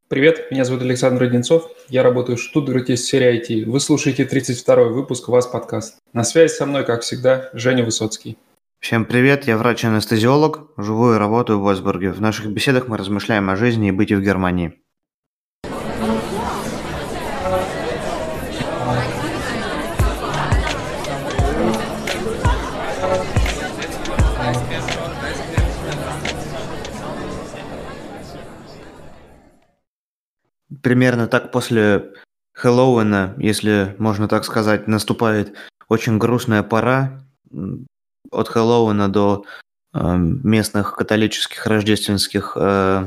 Привет, меня зовут Александр Одинцов, я работаю в Штутгарте в сфере IT. Вы слушаете 32-й выпуск ВАЗ подкаст. На связи со мной, как всегда, Женя Высоцкий. Всем привет, я врач-анестезиолог, живу и работаю в Вольсбурге. В наших беседах мы размышляем о жизни и быте в Германии. Примерно так после Хэллоуина, если можно так сказать, наступает очень грустная пора. От Хэллоуина до местных католических рождественских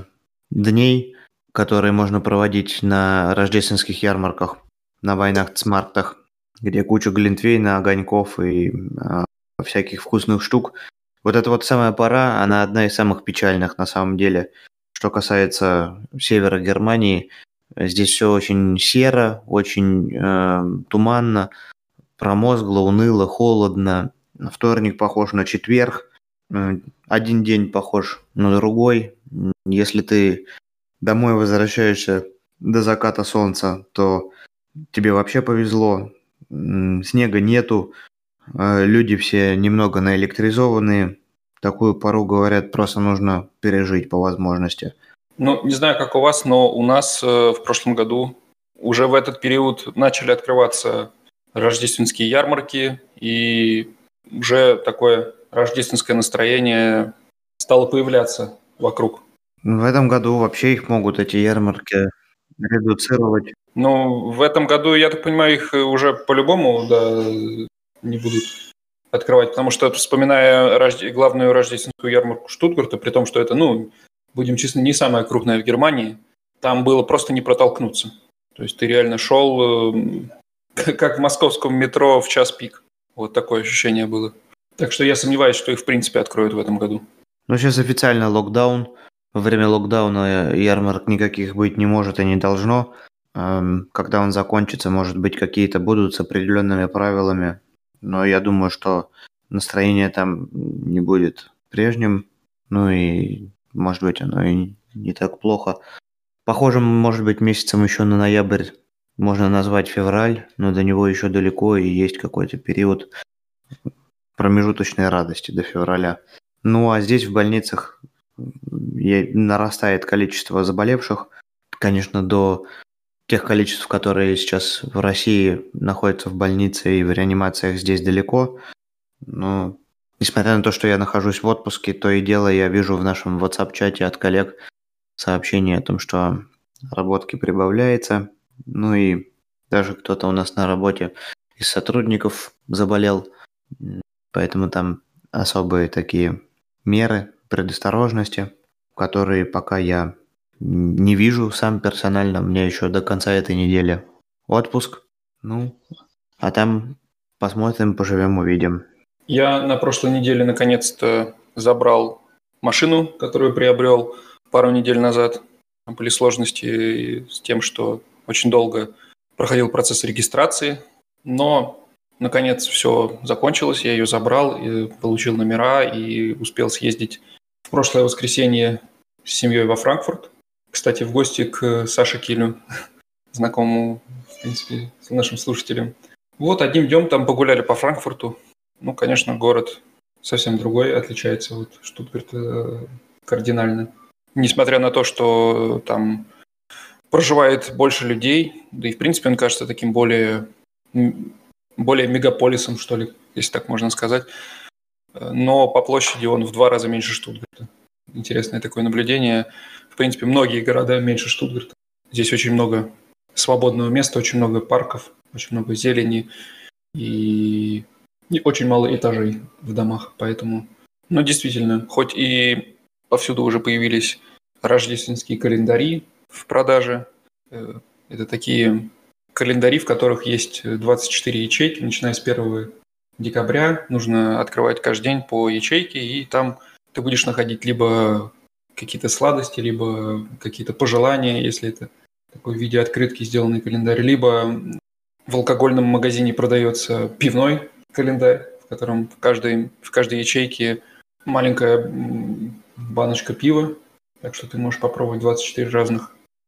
дней, которые можно проводить на рождественских ярмарках, на Weihnachtsmarktах, где куча глинтвейна, огоньков и всяких вкусных штук. Вот эта вот самая пора, она одна из самых печальных на самом деле. Что касается севера Германии, здесь все очень серо, очень туманно, промозгло, уныло, холодно. Вторник похож на четверг, один день похож на другой. Если ты домой возвращаешься до заката солнца, то тебе вообще повезло. Снега нету, люди все немного наэлектризованные. Такую пору, говорят, просто нужно пережить по возможности. Ну, не знаю, как у вас, но у нас в прошлом году уже в этот период начали открываться рождественские ярмарки, и уже такое рождественское настроение стало появляться вокруг. В этом году вообще их могут, эти ярмарки, редуцировать. Ну, в этом году, я так понимаю, их уже по-любому не будут открывать, потому что, вспоминая главную рождественскую ярмарку Штутгарта, при том, что это, будем честны, не самая крупная в Германии, там было просто не протолкнуться. То есть ты реально шел, как в московском метро в час пик. Вот такое ощущение было. Так что я сомневаюсь, что их в принципе откроют в этом году. Но сейчас официально локдаун. Во время локдауна ярмарок никаких быть не может и не должно. Когда он закончится, может быть, какие-то будут с определенными правилами. Но я думаю, что настроение там не будет прежним. Ну и, может быть, оно и не так плохо. Похожим, может быть, месяцем еще на ноябрь можно назвать февраль, но до него еще далеко и есть какой-то период промежуточной радости до февраля. Ну а здесь в больницах нарастает количество заболевших. Конечно, до тех количеств, которые сейчас в России находятся в больнице и в реанимациях, здесь далеко. Но несмотря на то, что я нахожусь в отпуске, то и дело я вижу в нашем WhatsApp-чате от коллег сообщение о том, что работки прибавляется. Ну и даже кто-то у нас на работе из сотрудников заболел. Поэтому там особые такие меры предосторожности, которые пока я не вижу сам персонально. У меня еще до конца этой недели отпуск. Ну, а там посмотрим, поживем, увидим. Я на прошлой неделе наконец-то забрал машину, которую приобрел пару недель назад. Там были сложности с тем, что очень долго проходил процесс регистрации, но наконец все закончилось, я ее забрал, и получил номера и успел съездить в прошлое воскресенье с семьей во Франкфурт. Кстати, в гости к Саше Килю, знакомому, в принципе, с нашим слушателем. Вот одним днем там погуляли по Франкфурту. Ну, конечно, город совсем другой, отличается от Штутгарта кардинально. Несмотря на то, что там проживает больше людей, да и, в принципе, он кажется таким более мегаполисом, что ли, если так можно сказать. Но по площади он в 2 раза меньше Штутгарта. Интересное такое наблюдение. В принципе, многие города меньше Штутгарта. Здесь очень много свободного места, очень много парков, очень много зелени и очень мало этажей в домах. Поэтому, действительно, хоть и повсюду уже появились рождественские календари в продаже, это такие календари, в которых есть 24 ячейки, начиная с 1 декабря. Нужно открывать каждый день по ячейке, и там ты будешь находить либо какие-то сладости, либо какие-то пожелания, если это такой в виде открытки сделанный календарь, либо в алкогольном магазине продается пивной календарь, в котором в каждой ячейке маленькая баночка пива, так что ты можешь попробовать 24 разных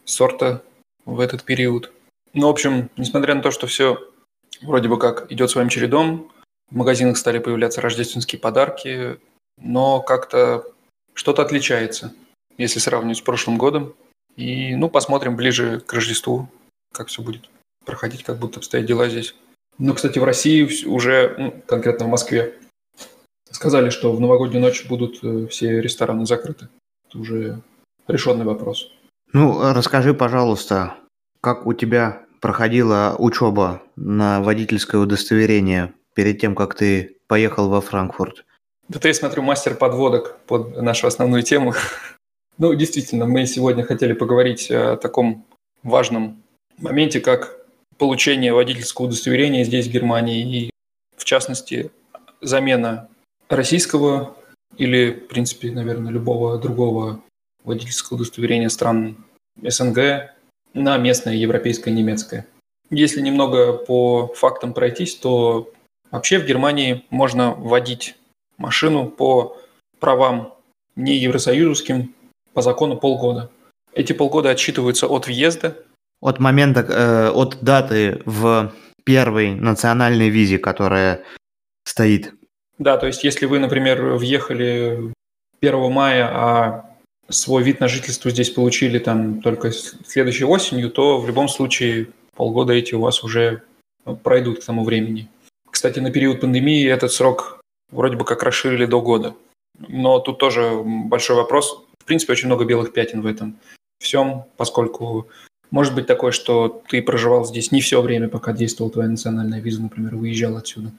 сорта в этот период. Ну, в общем, несмотря на то, что все вроде бы как идет своим чередом, в магазинах стали появляться рождественские подарки, но как-то что-то отличается, если сравнивать с прошлым годом. И, ну, посмотрим ближе к Рождеству, как все будет проходить, как будут обстоять дела здесь. Ну, кстати, в России уже, конкретно в Москве, сказали, что в новогоднюю ночь будут все рестораны закрыты. Это уже решенный вопрос. Ну, расскажи, пожалуйста, как у тебя проходила учеба на водительское удостоверение перед тем, как ты поехал во Франкфурт? Да ты, я смотрю, мастер подводок под нашу основную тему. Ну, действительно, мы сегодня хотели поговорить о таком важном моменте, как получение водительского удостоверения здесь, в Германии, и, в частности, замена российского или, в принципе, наверное, любого другого водительского удостоверения стран СНГ на местное европейское немецкое. Если немного по фактам пройтись, то вообще в Германии можно водить машину по правам не евросоюзовским, по закону полгода. Эти полгода отсчитываются от въезда. От момента, от даты в первой национальной визе, которая стоит. Да, то есть если вы, например, въехали 1 мая, а свой вид на жительство здесь получили там только следующей осенью, то в любом случае полгода эти у вас уже пройдут к тому времени. Кстати, на период пандемии этот срок вроде бы как расширили до года. Но тут тоже большой вопрос. В принципе, очень много белых пятен в этом всем, поскольку может быть такое, что ты проживал здесь не все время, пока действовала твоя национальная виза, например, выезжал отсюда.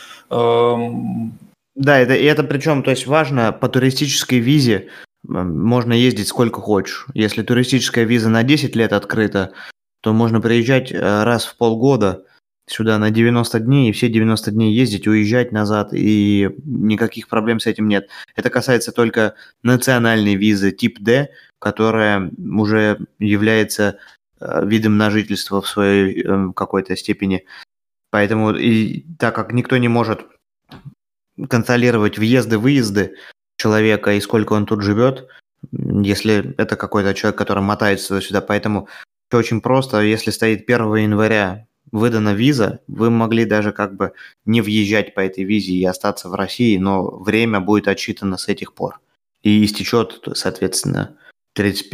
Да, это причем, то есть важно, по туристической визе можно ездить сколько хочешь. Если туристическая виза на 10 лет открыта, то можно приезжать раз в полгода сюда на 90 дней, и все 90 дней ездить, уезжать назад, и никаких проблем с этим нет. Это касается только национальной визы тип D, которая уже является видом на жительство в своей какой-то степени. Поэтому, и так как никто не может контролировать въезды-выезды человека и сколько он тут живет, если это какой-то человек, который мотается сюда. Поэтому все очень просто. Если стоит 1 января выдана виза, вы могли даже как бы не въезжать по этой визе и остаться в России, но время будет отсчитано с этих пор. И истечет, соответственно, 30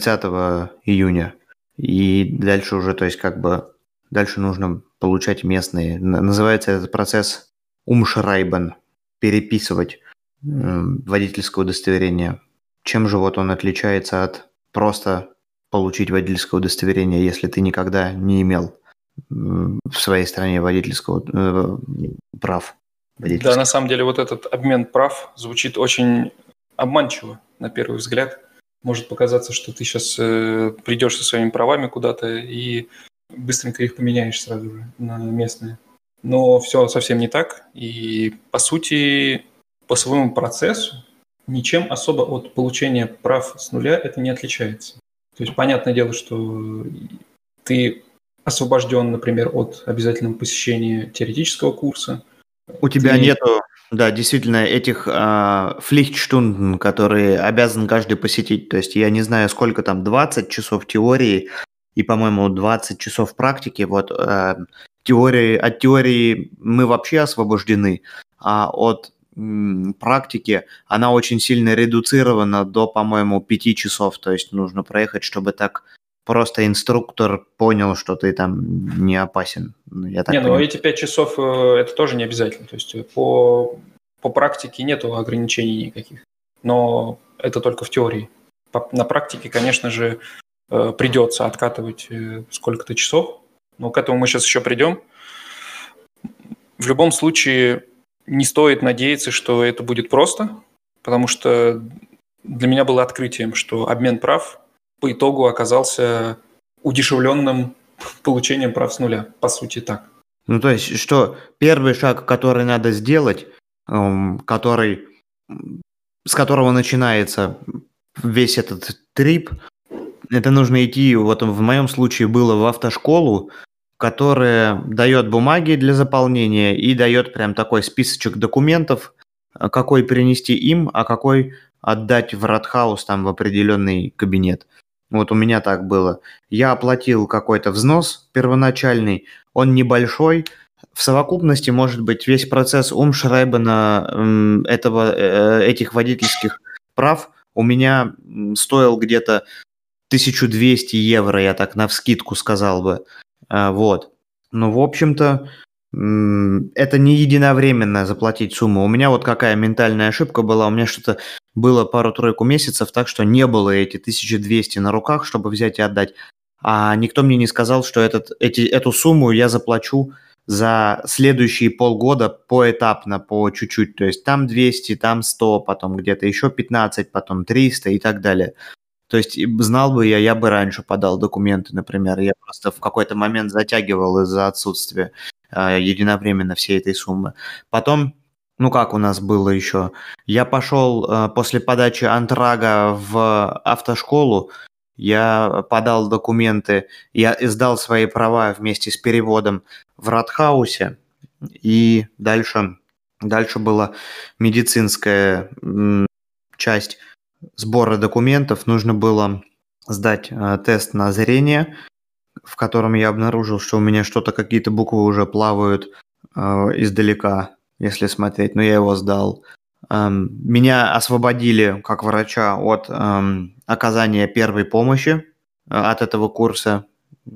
июня. И дальше уже, то есть как бы дальше нужно получать местные. Называется этот процесс Umschreiben. Переписывать водительское удостоверение. Чем же вот он отличается от просто получить водительское удостоверение, если ты никогда не имел в своей стране водительского прав? Да, на самом деле вот этот обмен прав звучит очень обманчиво на первый взгляд. Может показаться, что ты сейчас придешь со своими правами куда-то и быстренько их поменяешь сразу же на местные. Но все совсем не так. И, по сути, по своему процессу ничем особо от получения прав с нуля это не отличается. То есть, понятное дело, что ты освобожден, например, от обязательного посещения теоретического курса. У тебя нету, да, действительно, этих Pflichtstunden, которые обязан каждый посетить. То есть я не знаю, сколько там, 20 часов теории и, по-моему, 20 часов практики. Вот от теории мы вообще освобождены, а от практики она очень сильно редуцирована до, по-моему, 5 часов. То есть нужно проехать, чтобы так просто инструктор понял, что ты там не опасен. Но эти 5 часов это тоже не обязательно. То есть по практике нету ограничений никаких. Но это только в теории. На практике, конечно же, придется откатывать сколько-то часов. Но к этому мы сейчас еще придем. В любом случае, не стоит надеяться, что это будет просто, потому что для меня было открытием, что обмен прав по итогу оказался удешевленным получением прав с нуля. По сути, так. Ну, то есть, что первый шаг, который надо сделать, с которого начинается весь этот трип, это нужно идти, вот в моем случае было в автошколу, которая дает бумаги для заполнения и дает прям такой списочек документов, какой принести им, а какой отдать в Rathaus, там в определенный кабинет. Вот у меня так было. Я оплатил какой-то взнос первоначальный, он небольшой. В совокупности, может быть, весь процесс умшрайбена этих водительских прав у меня стоил где-то 1200 евро, я так навскидку сказал бы. Вот. Ну, в общем-то, это не единовременно заплатить сумму. У меня вот какая ментальная ошибка была. У меня что-то было пару-тройку месяцев, так что не было эти 1200 на руках, чтобы взять и отдать. А никто мне не сказал, что эту сумму я заплачу за следующие полгода поэтапно, по чуть-чуть. То есть там 200, там 100, потом где-то еще 15, потом 300 и так далее. То есть знал бы я бы раньше подал документы, например. Я просто в какой-то момент затягивал из-за отсутствия единовременно всей этой суммы. Потом, ну как у нас было еще, я пошел после подачи антрага в автошколу, я подал документы, я сдал свои права вместе с переводом в Радхаусе, и дальше была медицинская часть сбора документов. Нужно было сдать тест на зрение, в котором я обнаружил, что у меня что-то, какие-то буквы уже плавают издалека, если смотреть, но я его сдал. Меня освободили как врача от оказания первой помощи от этого курса.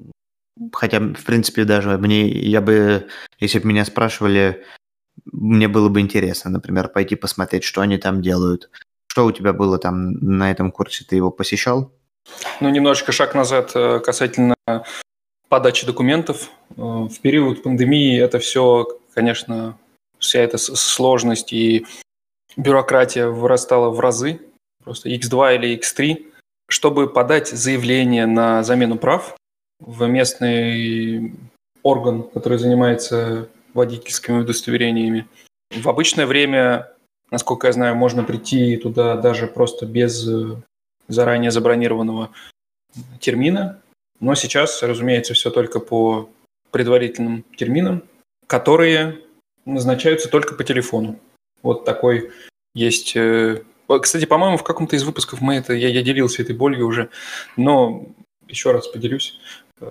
Хотя, в принципе, даже я бы, если бы меня спрашивали, мне было бы интересно, например, пойти посмотреть, что они там делают. Что у тебя было там на этом курсе? Ты его посещал? Ну, немножечко шаг назад касательно подачи документов. В период пандемии это все, конечно, вся эта сложность и бюрократия вырастала в разы, просто X2 или X3. Чтобы подать заявление на замену прав в местный орган, который занимается водительскими удостоверениями, в обычное время, насколько я знаю, можно прийти туда даже просто без заранее забронированного термина. Но сейчас, разумеется, все только по предварительным терминам, которые назначаются только по телефону. Вот такой есть... Кстати, по-моему, в каком-то из выпусков я делился этой болью уже, но еще раз поделюсь.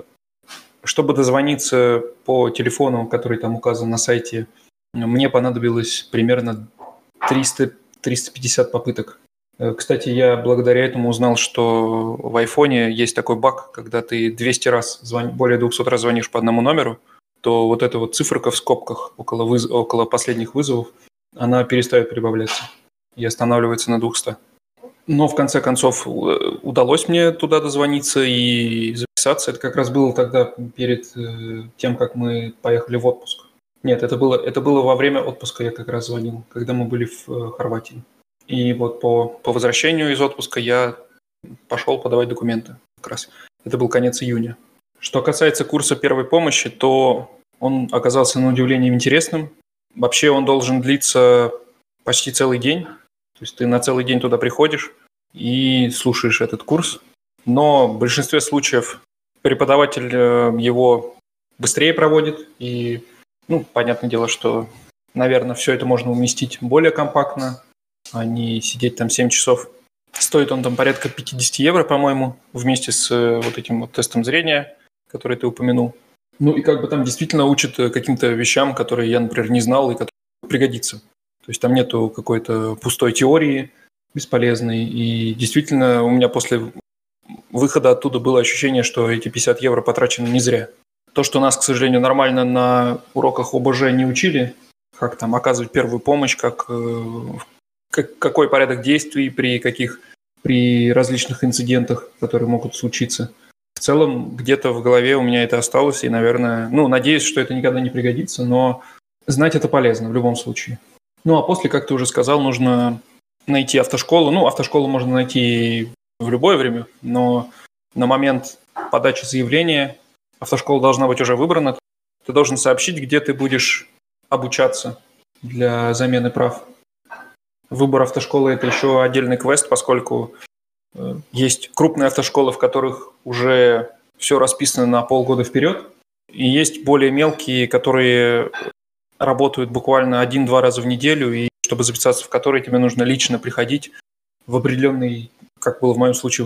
Чтобы дозвониться по телефону, который там указан на сайте, мне понадобилось примерно 300-350 попыток. Кстати, я благодаря этому узнал, что в айфоне есть такой баг, когда ты 200 раз, более 200 раз звонишь по одному номеру, то вот эта вот циферка в скобках около последних вызовов, она перестает прибавляться и останавливается на 200. Но в конце концов удалось мне туда дозвониться и записаться. Это как раз было тогда перед тем, как мы поехали в отпуск. Нет, это было во время отпуска, я как раз звонил, когда мы были в Хорватии. И вот по возвращению из отпуска я пошел подавать документы как раз. Это был конец июня. Что касается курса первой помощи, то он оказался на удивление интересным. Вообще он должен длиться почти целый день. То есть ты на целый день туда приходишь и слушаешь этот курс. Но в большинстве случаев преподаватель его быстрее проводит. И, понятное дело, что, наверное, все это можно уместить более компактно, а не сидеть там 7 часов. Стоит он там порядка 50 евро, по-моему, вместе с вот этим вот тестом зрения, который ты упомянул. И как бы там действительно учат каким-то вещам, которые я, например, не знал и которые пригодятся. То есть там нету какой-то пустой теории бесполезной. И действительно у меня после выхода оттуда было ощущение, что эти 50 евро потрачены не зря. То, что нас, к сожалению, нормально на уроках ОБЖ не учили, как там оказывать первую помощь, какой порядок действий при различных инцидентах, которые могут случиться. В целом, где-то в голове у меня это осталось, и, наверное, надеюсь, что это никогда не пригодится, но знать это полезно в любом случае. А после, как ты уже сказал, нужно найти автошколу. Автошколу можно найти в любое время, но на момент подачи заявления автошкола должна быть уже выбрана. Ты должен сообщить, где ты будешь обучаться для замены прав. Выбор автошколы – это еще отдельный квест, поскольку есть крупные автошколы, в которых уже все расписано на полгода вперед, и есть более мелкие, которые работают буквально 1-2 раза в неделю, и чтобы записаться в которые тебе нужно лично приходить в определенный, как было в моем случае,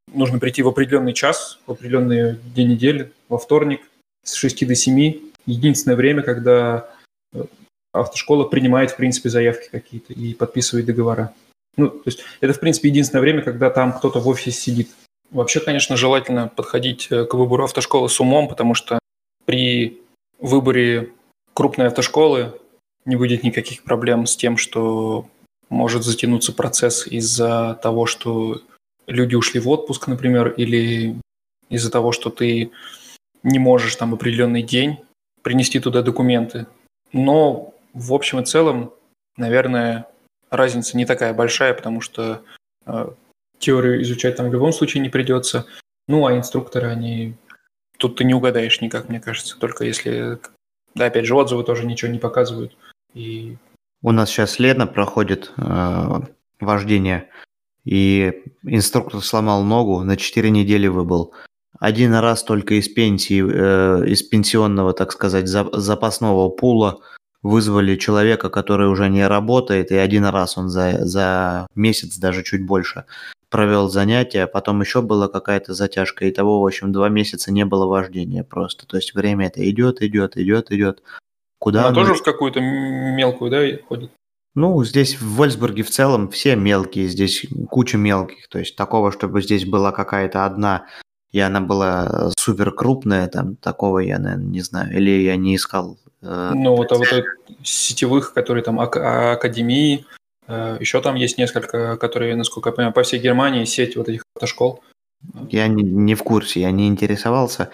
нужно прийти в определенный час, в определенный день недели, во вторник с 6 до 7. Единственное время, когда автошкола принимает, в принципе, заявки какие-то и подписывает договора. Ну, то есть это, в принципе, единственное время, когда там кто-то в офисе сидит. Вообще, конечно, желательно подходить к выбору автошколы с умом, потому что при выборе крупной автошколы не будет никаких проблем с тем, что может затянуться процесс из-за того, что люди ушли в отпуск, например, или из-за того, что ты не можешь там в определенный день принести туда документы. Но в общем и целом, наверное, разница не такая большая, потому что теорию изучать там в любом случае не придется. Ну, а инструкторы, они... Тут ты не угадаешь никак, мне кажется, только если... Да, опять же, отзывы тоже ничего не показывают. И... У нас сейчас Лена проходит вождение, и инструктор сломал ногу, на 4 недели выбыл. Один раз только из пенсии, из пенсионного, так сказать, запасного пула вызвали человека, который уже не работает, и один раз он за месяц, даже чуть больше, провел занятия, потом еще была какая-то затяжка, и того, в общем, 2 месяца не было вождения просто. То есть время это идет. Куда Она оно... тоже в какую-то мелкую, да, ходит? Ну, здесь в Вольсбурге в целом все мелкие, здесь куча мелких. То есть такого, чтобы здесь была какая-то одна, и она была супер крупная, там такого я, наверное, не знаю. Или я не искал. Ну, вот сетевых, которые там академии, еще там есть несколько, которые, насколько я понимаю, по всей Германии сеть вот этих автошкол. Я не в курсе, я не интересовался.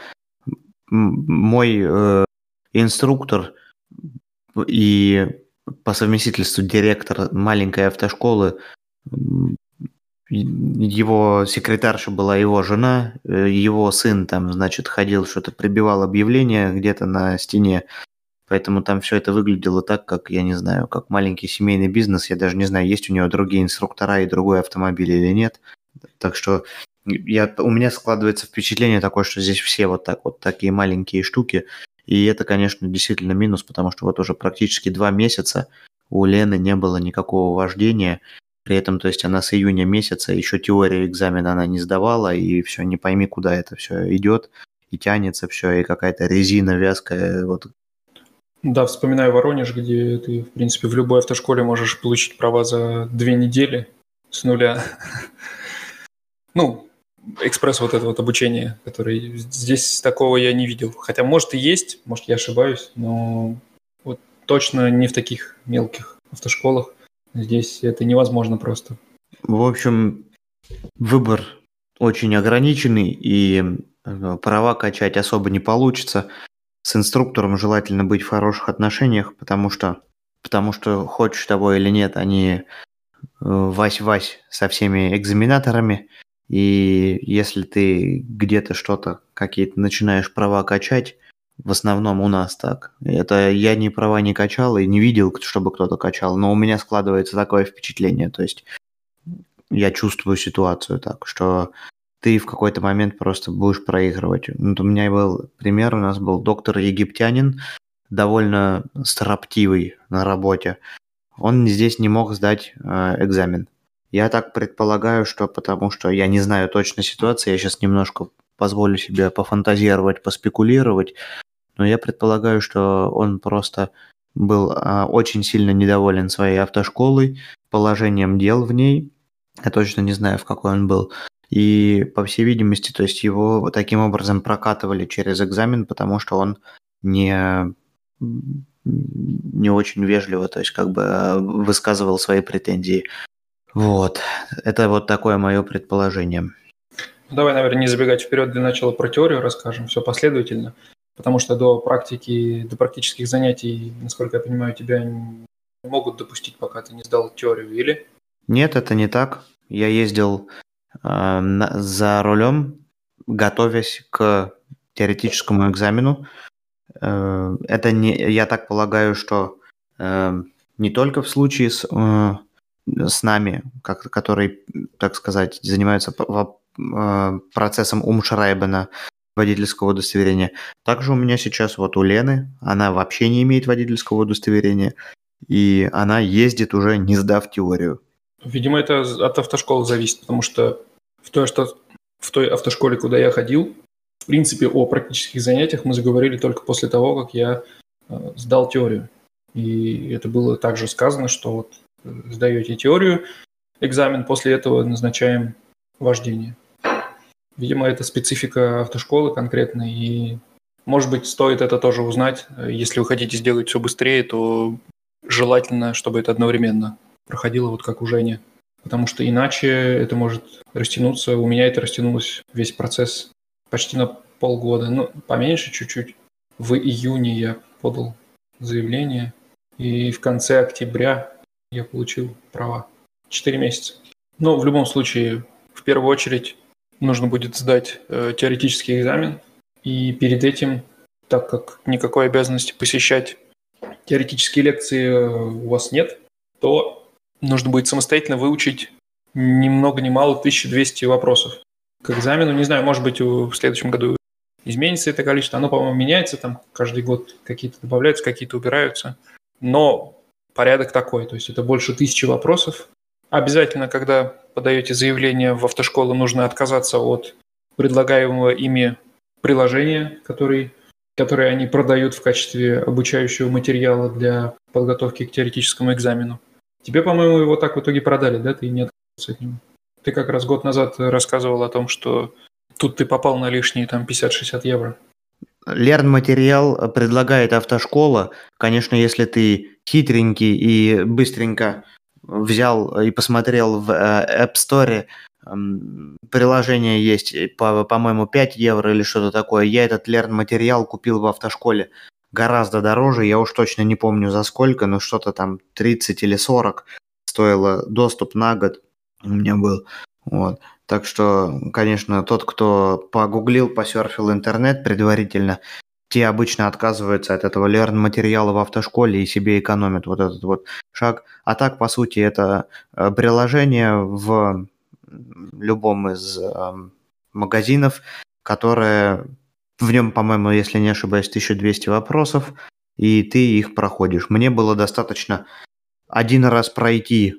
Мой инструктор и по совместительству директор маленькой автошколы, его секретарша была его жена, его сын там, значит, ходил, что-то прибивал объявление где-то на стене, поэтому там все это выглядело так, как, я не знаю, как маленький семейный бизнес, я даже не знаю, есть у него другие инструктора и другой автомобиль или нет, так что у меня складывается впечатление такое, что здесь все вот такие маленькие штуки, и это, конечно, действительно минус, потому что вот уже практически 2 месяца у Лены не было никакого вождения. При этом, то есть она с июня месяца еще теорию экзамена она не сдавала, и все, не пойми, куда это все идет, и тянется все, и какая-то резина вязкая. Вот. Да, вспоминаю Воронеж, где ты, в принципе, в любой автошколе можешь получить права за 2 недели с нуля. Ну, экспресс вот это вот обучение, который здесь такого я не видел. Хотя, может, и есть, может, я ошибаюсь, но вот точно не в таких мелких автошколах. Здесь это невозможно просто. В общем, выбор очень ограниченный, и права качать особо не получится. С инструктором желательно быть в хороших отношениях, потому что хочешь того или нет, они вась-вась со всеми экзаменаторами, и если ты где-то что-то, какие-то начинаешь права качать, в основном у нас так. Это я ни права не качал и не видел, чтобы кто-то качал, но у меня складывается такое впечатление, то есть я чувствую ситуацию так, что ты в какой-то момент просто будешь проигрывать. Вот у меня был пример, у нас был доктор-египтянин, довольно строптивый на работе. Он здесь не мог сдать экзамен. Я так предполагаю, что потому что я не знаю точно ситуации, я сейчас немножко позволю себе пофантазировать, поспекулировать, но я предполагаю, что он просто был очень сильно недоволен своей автошколой, положением дел в ней. Я точно не знаю, в какой он был. И, по всей видимости, то есть его вот таким образом прокатывали через экзамен, потому что он не очень вежливо, то есть как бы высказывал свои претензии. Вот. Это вот такое мое предположение. Давай, наверное, не забегать вперед, для начала про теорию расскажем, все последовательно, потому что до практических занятий, насколько я понимаю, тебя не могут допустить, пока ты не сдал теорию, или? Нет, это не так. Я ездил за рулем, готовясь к теоретическому экзамену. Это не, я так полагаю, что не только в случае с нами, который, так сказать, занимается процессом Умшрайбена водительского удостоверения. Также у меня сейчас вот у Лены, она вообще не имеет водительского удостоверения, и она ездит уже не сдав теорию. Видимо, это от автошколы зависит, потому что в в той автошколе, куда я ходил, в принципе, о практических занятиях мы заговорили только после того, как я сдал теорию. И это было также сказано, что вот сдаете теорию, экзамен, после этого назначаем вождение. Видимо, это специфика автошколы конкретно, и, может быть, стоит это тоже узнать. Если вы хотите сделать все быстрее, то желательно, чтобы это одновременно проходило, вот как у Жени. Потому что иначе это может растянуться. У меня это растянулось весь процесс почти на полгода. Ну, поменьше чуть-чуть. В июне я подал заявление, и в конце октября я получил права. 4 месяца. Но в любом случае, в первую очередь, нужно будет сдать теоретический экзамен. И перед этим, так как никакой обязанности посещать теоретические лекции у вас нет, то нужно будет самостоятельно выучить ни много ни мало 1200 вопросов к экзамену. Не знаю, может быть, в следующем году изменится это количество. Оно, по-моему, меняется, там каждый год какие-то добавляются, какие-то убираются. Но порядок такой, то есть это больше 1000 вопросов. Обязательно, когда подаете заявление в автошколу, нужно отказаться от предлагаемого ими приложения, которые они продают в качестве обучающего материала для подготовки к теоретическому экзамену. Тебе, по-моему, его так в итоге продали, да? Ты не отказался от него. Ты как раз год назад рассказывал о том, что тут ты попал на лишние там 50-60 евро. Лерн-материал предлагает автошкола. Конечно, если ты хитренький и быстренько взял и посмотрел в App Store, приложение есть, по-моему, 5 евро или что-то такое. Я этот Лерн-материал купил в автошколе гораздо дороже. Я уж точно не помню за сколько, но что-то там 30 или 40 стоило доступ на год у меня был. Вот. Так что, конечно, тот, кто погуглил, посерфил интернет предварительно, те обычно отказываются от этого лерн-материала в автошколе и себе экономят вот этот вот шаг. А так, по сути, это приложение в любом из магазинов, которое в нем, по-моему, если не ошибаюсь, 1200 вопросов, и ты их проходишь. Мне было достаточно один раз пройти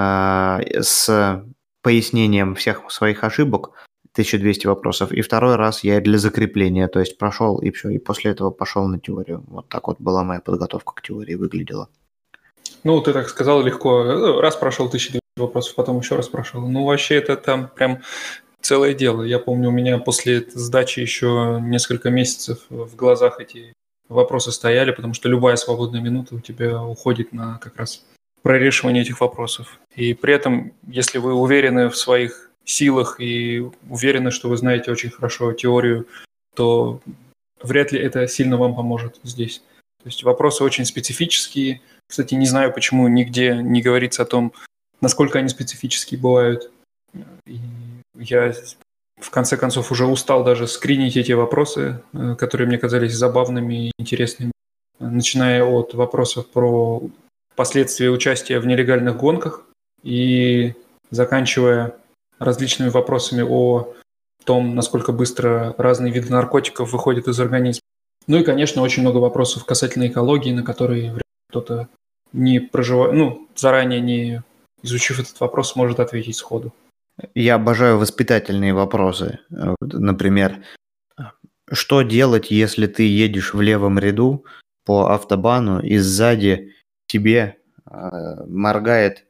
с пояснением всех своих ошибок, 1200 вопросов, и второй раз я для закрепления, то есть прошел и все, и после этого пошел на теорию. Вот так вот была моя подготовка к теории выглядела. Ну, ты так сказал легко. Раз прошел 1200 вопросов, потом еще раз прошел. Ну, вообще это там прям целое дело. Я помню, у меня после сдачи еще несколько месяцев в глазах эти вопросы стояли, потому что любая свободная минута у тебя уходит на как раз прорешивание этих вопросов. И при этом, если вы уверены в своих силах и уверены, что вы знаете очень хорошо теорию, то вряд ли это сильно вам поможет здесь. То есть вопросы очень специфические. Кстати, не знаю, почему нигде не говорится о том, насколько они специфические бывают. И я в конце концов уже устал даже скринить эти вопросы, которые мне казались забавными и интересными. Начиная от вопросов про последствия участия в нелегальных гонках и заканчивая различными вопросами о том, насколько быстро разные виды наркотиков выходят из организма. Ну и, конечно, очень много вопросов касательно экологии, на которые кто-то не проживает, заранее не изучив этот вопрос, может ответить сходу. Я обожаю воспитательные вопросы. Например, что делать, если ты едешь в левом ряду по автобану и сзади тебе моргает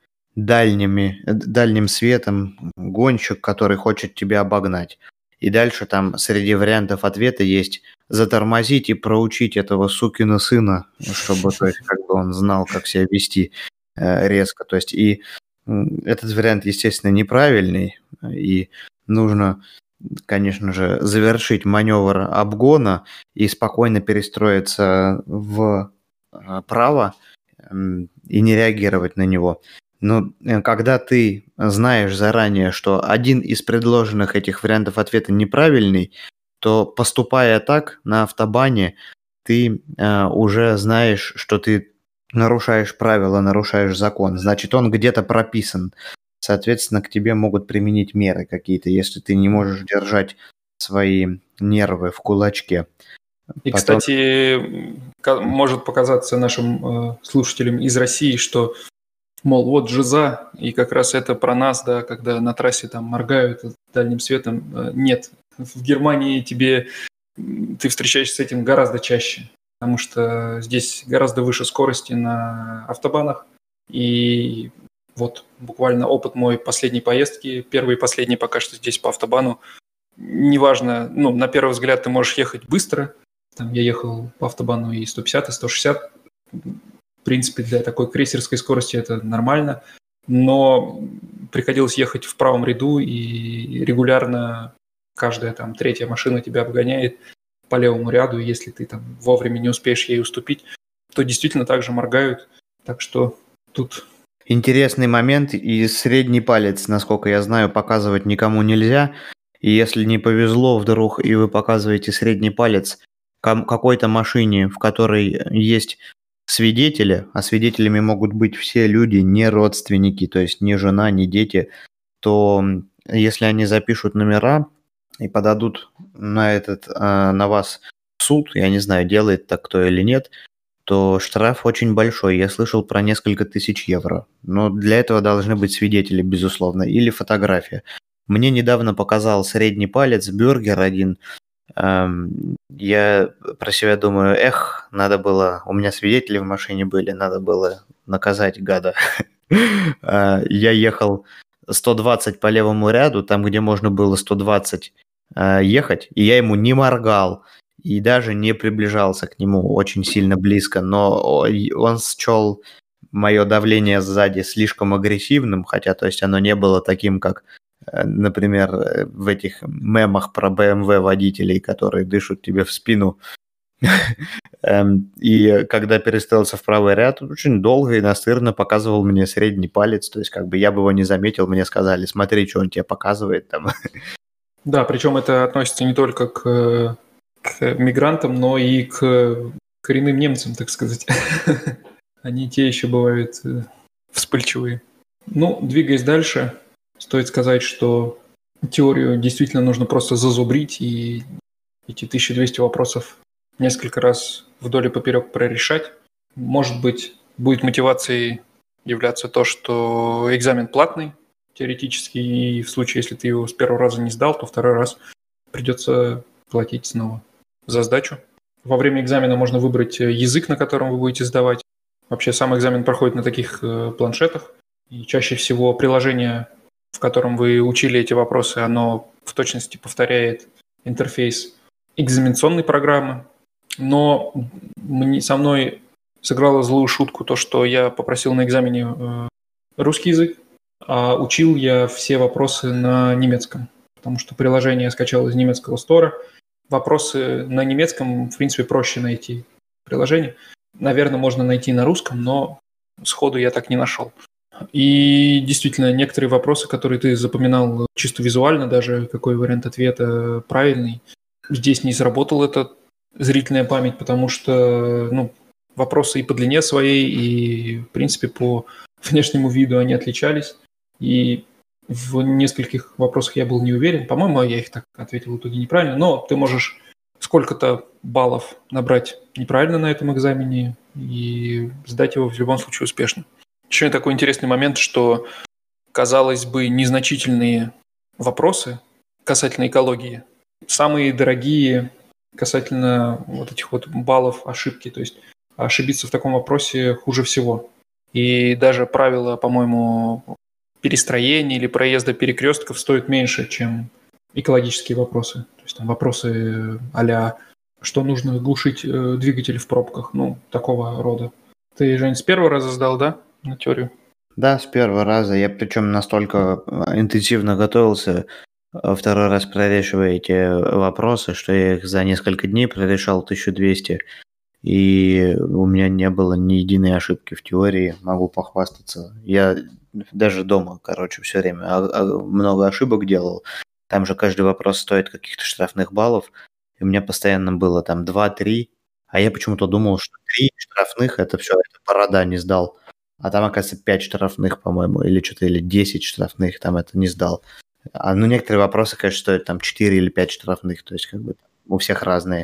дальним светом гонщик, который хочет тебя обогнать. И дальше там среди вариантов ответа есть затормозить и проучить этого сукина сына, чтобы, то есть, как бы он знал, как себя вести резко. То есть, и этот вариант, естественно, неправильный, и нужно, конечно же, завершить маневр обгона и спокойно перестроиться вправо и не реагировать на него. Но когда ты знаешь заранее, что один из предложенных этих вариантов ответа неправильный, то, поступая так на автобане, ты уже знаешь, что ты нарушаешь правила, нарушаешь закон. Значит, он где-то прописан. Соответственно, к тебе могут применить меры какие-то, если ты не можешь держать свои нервы в кулачке. И, кстати, может показаться нашим слушателям из России, что Мол, вот жиза, и как раз это про нас, да, когда на трассе там моргают дальним светом. Нет, в Германии ты встречаешься с этим гораздо чаще, потому что здесь гораздо выше скорости на автобанах. И вот буквально опыт мой последней поездки, первый и последний пока что здесь по автобану, неважно, ну, на первый взгляд ты можешь ехать быстро. Там я ехал по автобану и 150, и 160. В принципе, для такой крейсерской скорости это нормально. Но приходилось ехать в правом ряду, и регулярно каждая там третья машина тебя обгоняет по левому ряду. И если ты там вовремя не успеешь ей уступить, то действительно также моргают. Так что тут... Интересный момент, и средний палец, насколько я знаю, показывать никому нельзя. И если не повезло вдруг, и вы показываете средний палец какой-то машине, в которой есть свидетели, а свидетелями могут быть все люди, не родственники, то есть ни жена, ни дети, то если они запишут номера и подадут на вас в суд, я не знаю, делает так кто или нет, то штраф очень большой. Я слышал про несколько тысяч евро. Но для этого должны быть свидетели, безусловно, или фотография. Мне недавно показал средний палец бюргер один. Я про себя думаю, надо было, у меня свидетели в машине были, надо было наказать гада. Я ехал 120 по левому ряду, там, где можно было 120 ехать, и я ему не моргал и даже не приближался к нему очень сильно близко, но он счел мое давление сзади слишком агрессивным, хотя, то есть, оно не было таким, как, например, в этих мемах про BMW водителей, которые дышат тебе в спину. И когда перестроился в правый ряд, он очень долго и настырно показывал мне средний палец, то есть как бы я бы его не заметил, мне сказали, смотри, что он тебе показывает там. Да, причем это относится не только к мигрантам, но и к коренным немцам, так сказать. Они те еще бывают вспыльчивые. Ну, двигаясь дальше, стоит сказать, что теорию действительно нужно просто зазубрить и эти 1200 вопросов несколько раз вдоль и поперек прорешать. Может быть, будет мотивацией являться то, что экзамен платный теоретически, и в случае, если ты его с первого раза не сдал, то второй раз придется платить снова за сдачу. Во время экзамена можно выбрать язык, на котором вы будете сдавать. Вообще сам экзамен проходит на таких планшетах. И чаще всего приложение, в котором вы учили эти вопросы, оно в точности повторяет интерфейс экзаменационной программы. Но со мной сыграло злую шутку то, что я попросил на экзамене русский язык, а учил я все вопросы на немецком, потому что приложение я скачал из немецкого стора. Вопросы на немецком, в принципе, проще найти приложение. Наверное, можно найти на русском, но сходу я так не нашел. И действительно, некоторые вопросы, которые ты запоминал чисто визуально, даже какой вариант ответа правильный, здесь не сработала эта зрительная память, потому что вопросы и по длине своей, и, в принципе, по внешнему виду они отличались. И в нескольких вопросах я был не уверен. По-моему, я их так ответил в итоге неправильно, но ты можешь сколько-то баллов набрать неправильно на этом экзамене и сдать его в любом случае успешно. Еще такой интересный момент, что, казалось бы, незначительные вопросы касательно экологии, самые дорогие касательно вот этих вот баллов ошибки. То есть ошибиться в таком вопросе хуже всего. И даже правила, по-моему, перестроения или проезда перекрестков стоят меньше, чем экологические вопросы. То есть там вопросы а-ля что нужно глушить двигатель в пробках, такого рода. Ты, Жень, с первого раза сдал, да, на теорию? Да, с первого раза. Я причем настолько интенсивно готовился, второй раз прорешивая эти вопросы, что я их за несколько дней прорешал 1200. И у меня не было ни единой ошибки в теории, могу похвастаться. Я даже дома, все время много ошибок делал. Там же каждый вопрос стоит каких-то штрафных баллов. И у меня постоянно было там 2-3. А я почему-то думал, что 3 штрафных это все, это порода не сдал. А там, оказывается, 5 штрафных, по-моему, или 10 штрафных, там это не сдал. Некоторые вопросы, конечно, стоят там 4 или 5 штрафных. То есть, как бы у всех разная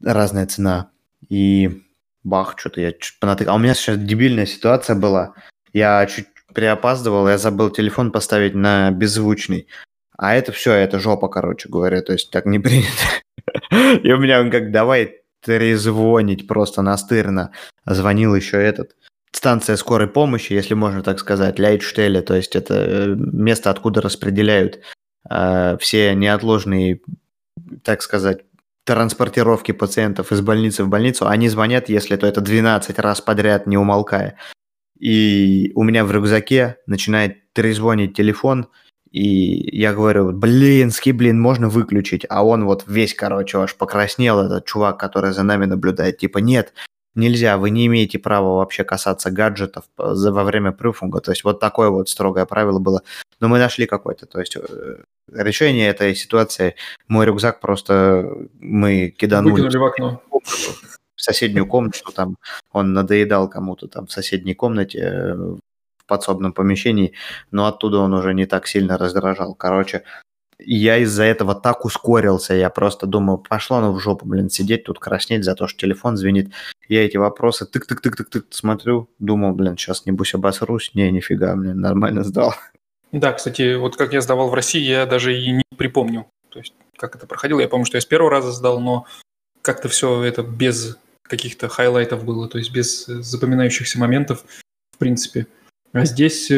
цена. И бах, что-то я понатыкал. А у меня сейчас дебильная ситуация была. Я чуть приопаздывал, я забыл телефон поставить на беззвучный. А это все, это жопа, короче говоря, то есть так не принято. И у меня он как давай трезвонить просто настырно. Звонил еще станция скорой помощи, если можно так сказать, Лейтштеле, то есть это место, откуда распределяют все неотложные, так сказать, транспортировки пациентов из больницы в больницу. Они звонят, если то это 12 раз подряд, не умолкая. И у меня в рюкзаке начинает трезвонить телефон, и я говорю, блин, можно выключить? А он вот весь, короче, аж покраснел, этот чувак, который за нами наблюдает. Типа, нет, нельзя, вы не имеете права вообще касаться гаджетов во время прыфунга. То есть вот такое вот строгое правило было. Но мы нашли какое-то, то есть решение этой ситуации. Мой рюкзак просто мы киданули Выкинули в окно. в соседнюю комнату, там он надоедал кому-то там в соседней комнате, в подсобном помещении, но оттуда он уже не так сильно раздражал. Короче, я из-за этого так ускорился, я просто думал, пошло оно в жопу, блин, сидеть тут краснеть за то, что телефон звенит. Я эти вопросы тык-тык-тык-тык-тык смотрю, думал, блин, сейчас небось обосрусь. Не, нифига, блин, нормально сдал. Да, кстати, вот как я сдавал в России, я даже и не припомню. То есть, как это проходило. Я помню, что я с первого раза сдал, но как-то все это без каких-то хайлайтов было, то есть без запоминающихся моментов, в принципе. А здесь,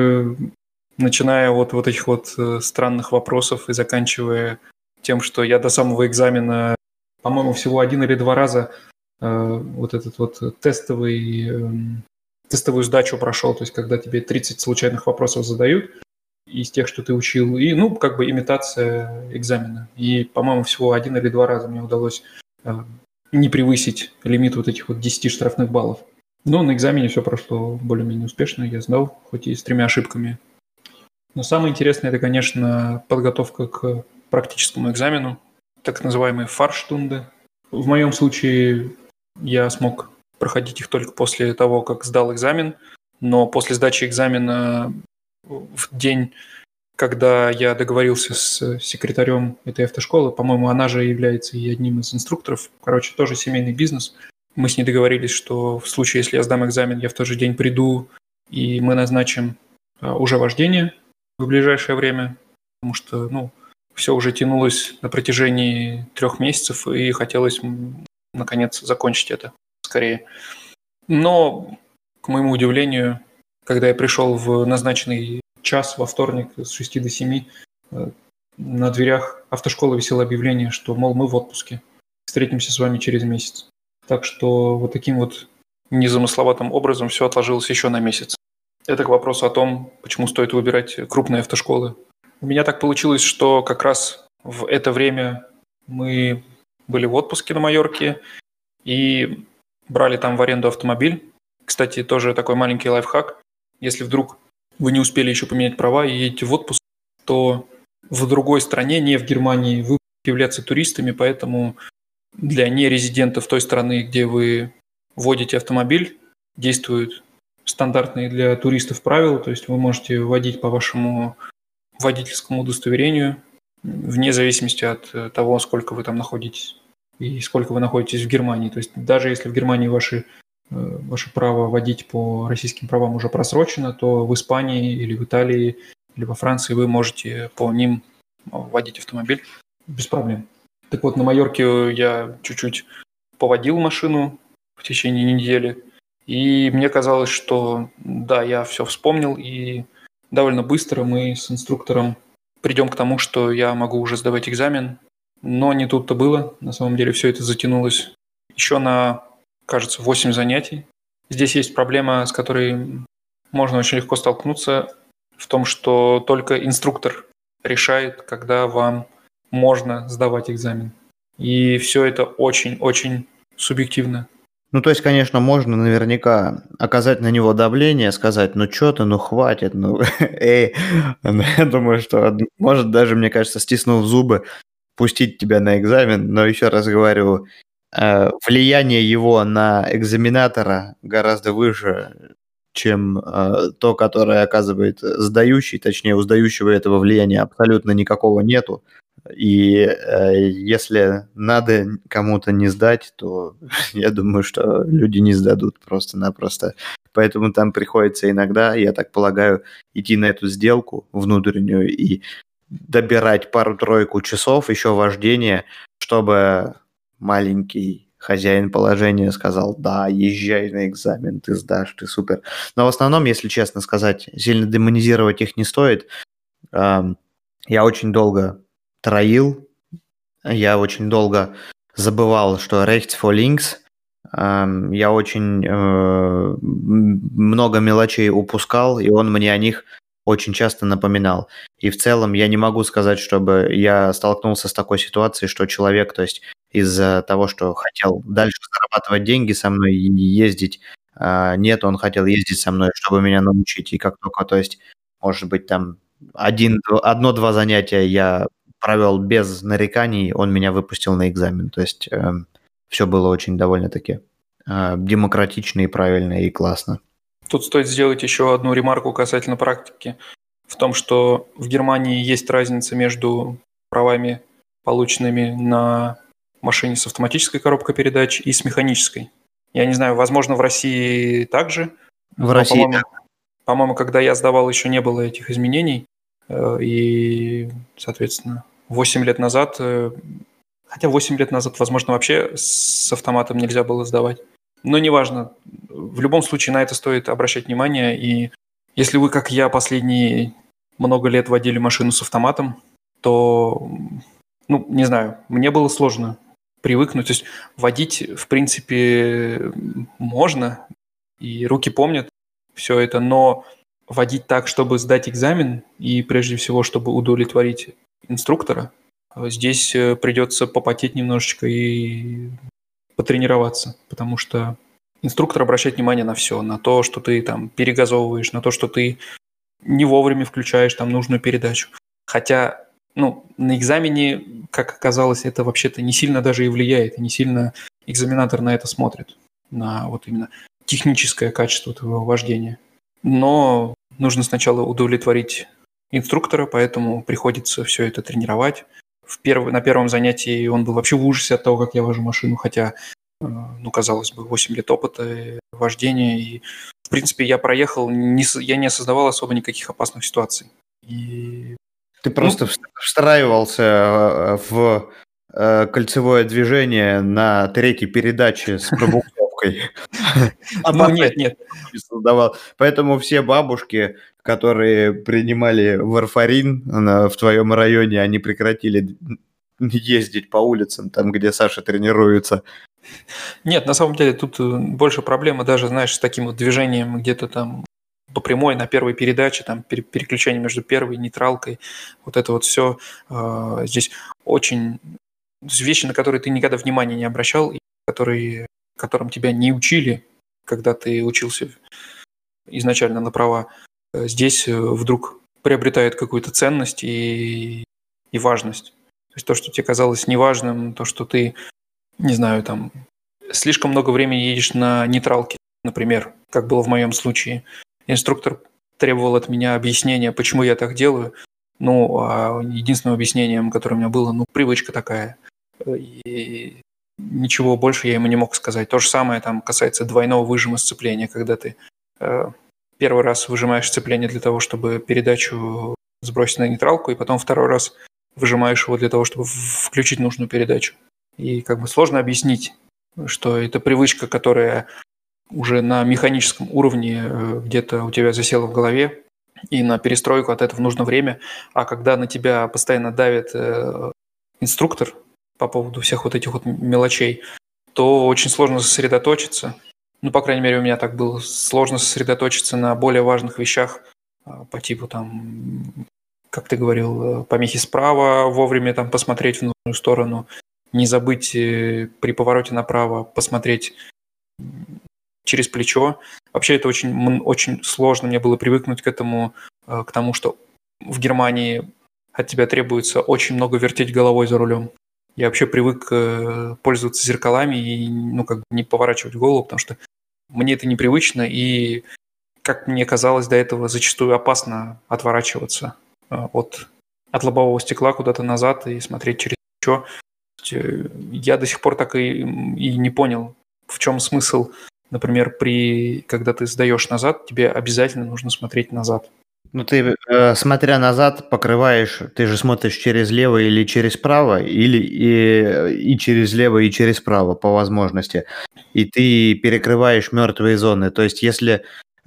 начиная от вот этих вот странных вопросов и заканчивая тем, что я до самого экзамена, по-моему, всего 1 или 2 раза вот этот вот тестовую сдачу прошел, то есть когда тебе 30 случайных вопросов задают из тех, что ты учил, и, ну, как бы имитация экзамена. И, по-моему, всего 1 или 2 раза мне удалось не превысить лимит вот этих вот 10 штрафных баллов. Но на экзамене все прошло более-менее успешно, я сдал, хоть и с 3 ошибками. Но самое интересное, это, конечно, подготовка к практическому экзамену, так называемые фарштунды. В моем случае я смог проходить их только после того, как сдал экзамен, но после сдачи экзамена в день, когда я договорился с секретарем этой автошколы, по-моему, она же является и одним из инструкторов, короче, тоже семейный бизнес. Мы с ней договорились, что в случае, если я сдам экзамен, я в тот же день приду, и мы назначим уже вождение в ближайшее время, потому что, ну, все уже тянулось на протяжении 3 месяцев, и хотелось, наконец, закончить это скорее. Но, к моему удивлению, когда я пришел в назначенный час во вторник с 6 до 7, на дверях автошколы висело объявление, что, мол, мы в отпуске, встретимся с вами через месяц. Так что вот таким вот незамысловатым образом все отложилось еще на месяц. Это к вопросу о том, почему стоит выбирать крупные автошколы. У меня так получилось, что как раз в это время мы были в отпуске на Майорке и брали там в аренду автомобиль. Кстати, тоже такой маленький лайфхак. Если вдруг вы не успели еще поменять права и едете в отпуск, то в другой стране, не в Германии, вы будете являться туристами, поэтому для нерезидентов той страны, где вы водите автомобиль, действуют стандартные для туристов правила, то есть вы можете водить по вашему водительскому удостоверению вне зависимости от того, сколько вы там находитесь и сколько вы находитесь в Германии. То есть даже если в Германии ваше право водить по российским правам уже просрочено, то в Испании или в Италии или во Франции вы можете по ним водить автомобиль без проблем. Так вот, на Майорке я чуть-чуть поводил машину в течение недели, и мне казалось, что да, я все вспомнил, и довольно быстро мы с инструктором придем к тому, что я могу уже сдавать экзамен. Но не тут-то было. На самом деле все это затянулось еще на, кажется, 8 занятий. Здесь есть проблема, с которой можно очень легко столкнуться, в том, что только инструктор решает, когда вам можно сдавать экзамен. И все это очень-очень субъективно. Ну, то есть, конечно, можно наверняка оказать на него давление, сказать, ну, что ты, ну, хватит, ну, эй. Я думаю, что может даже, мне кажется, стиснув зубы, пустить тебя на экзамен, но еще раз говорю, влияние его на экзаменатора гораздо выше, чем то, которое оказывает сдающий, точнее, у сдающего этого влияния абсолютно никакого нету. И если надо кому-то не сдать, то я думаю, что люди не сдадут просто-напросто. Поэтому там приходится иногда, я так полагаю, идти на эту сделку внутреннюю и добирать пару-тройку часов еще вождения, чтобы маленький хозяин положения сказал: да, езжай на экзамен, ты сдашь, ты супер. Но в основном, если честно сказать, сильно демонизировать их не стоит. Я очень долго троил, я очень долго забывал, что rechts vor links. Я очень много мелочей упускал, и он мне о них очень часто напоминал. И в целом я не могу сказать, чтобы я столкнулся с такой ситуацией, что человек, то есть из-за того, что хотел дальше зарабатывать деньги со мной и ездить, нет, он хотел ездить со мной, чтобы меня научить. И как только, то есть, может быть, там одно-два занятия я провел без нареканий, он меня выпустил на экзамен. То есть все было очень довольно-таки демократично и правильно и классно. Тут стоит сделать еще одну ремарку касательно практики. В том, что в Германии есть разница между правами, полученными на машине с автоматической коробкой передач и с механической. Я не знаю, возможно, в России также. В России, да. По-моему, когда я сдавал, еще не было этих изменений. И, соответственно, 8 лет назад, хотя 8 лет назад, возможно, вообще с автоматом нельзя было сдавать. Но неважно. В любом случае на это стоит обращать внимание. И если вы, как я, последние много лет водили машину с автоматом, то, ну, не знаю, мне было сложно привыкнуть. То есть водить, в принципе, можно, и руки помнят все это, но водить так, чтобы сдать экзамен, и прежде всего, чтобы удовлетворить инструктора, здесь придется попотеть немножечко и потренироваться, потому что инструктор обращает внимание на все, на то, что ты там перегазовываешь, на то, что ты не вовремя включаешь там нужную передачу. Хотя, ну, на экзамене, как оказалось, это вообще-то не сильно даже и влияет, и не сильно экзаменатор на это смотрит, на вот именно техническое качество твоего вождения. Но нужно сначала удовлетворить инструктора, поэтому приходится все это тренировать. На первом занятии он был вообще в ужасе от того, как я вожу машину, хотя, ну, казалось бы, 8 лет опыта вождения, и, в принципе, я проехал, я не осознавал особо никаких опасных ситуаций. И... Ты просто встраивался в кольцевое движение на третьей передаче с пробуксовкой. Ну, нет. Поэтому все бабушки, которые принимали варфарин в твоем районе, они прекратили ездить по улицам, там, где Саша тренируется. Нет, на самом деле тут больше проблема даже, знаешь, с таким вот движением где-то там по прямой на первой передаче, там переключение между первой и нейтралкой, вот это вот все. Здесь очень вещи, на которые ты никогда внимания не обращал, и которым тебя не учили, когда ты учился изначально на права, здесь вдруг приобретает какую-то ценность и важность. То есть то, что тебе казалось неважным, то, что ты, не знаю, там слишком много времени едешь на нейтралке, например, как было в моем случае. Инструктор требовал от меня объяснения, почему я так делаю. Ну, а единственным объяснением, которое у меня было, ну, привычка такая. И ничего больше я ему не мог сказать. То же самое там касается двойного выжима сцепления, когда ты первый раз выжимаешь сцепление для того, чтобы передачу сбросить на нейтралку, и потом второй раз выжимаешь его для того, чтобы включить нужную передачу. И как бы сложно объяснить, что это привычка, которая уже на механическом уровне где-то у тебя засела в голове, и на перестройку от этого нужно время. А когда на тебя постоянно давит инструктор по поводу всех вот этих вот мелочей, то очень сложно сосредоточиться. Ну, по крайней мере, у меня так было. Сложно сосредоточиться на более важных вещах по типу там, как ты говорил, помехи справа, вовремя там посмотреть в нужную сторону, не забыть при повороте направо посмотреть через плечо. Вообще это очень сложно мне было привыкнуть к этому, к тому, что в Германии от тебя требуется очень много вертеть головой за рулем. Я вообще привык пользоваться зеркалами и, ну, как бы не поворачивать голову, потому что мне это непривычно, и как мне казалось до этого, зачастую опасно отворачиваться от лобового стекла куда-то назад и смотреть через плечо. Я до сих пор так и не понял, в чем смысл, например, когда ты сдаешь назад, тебе обязательно нужно смотреть назад. Ну, ты, смотря назад, покрываешь, ты же смотришь через лево или через право, или и через лево, и через право, по возможности. И ты перекрываешь мертвые зоны. То есть, если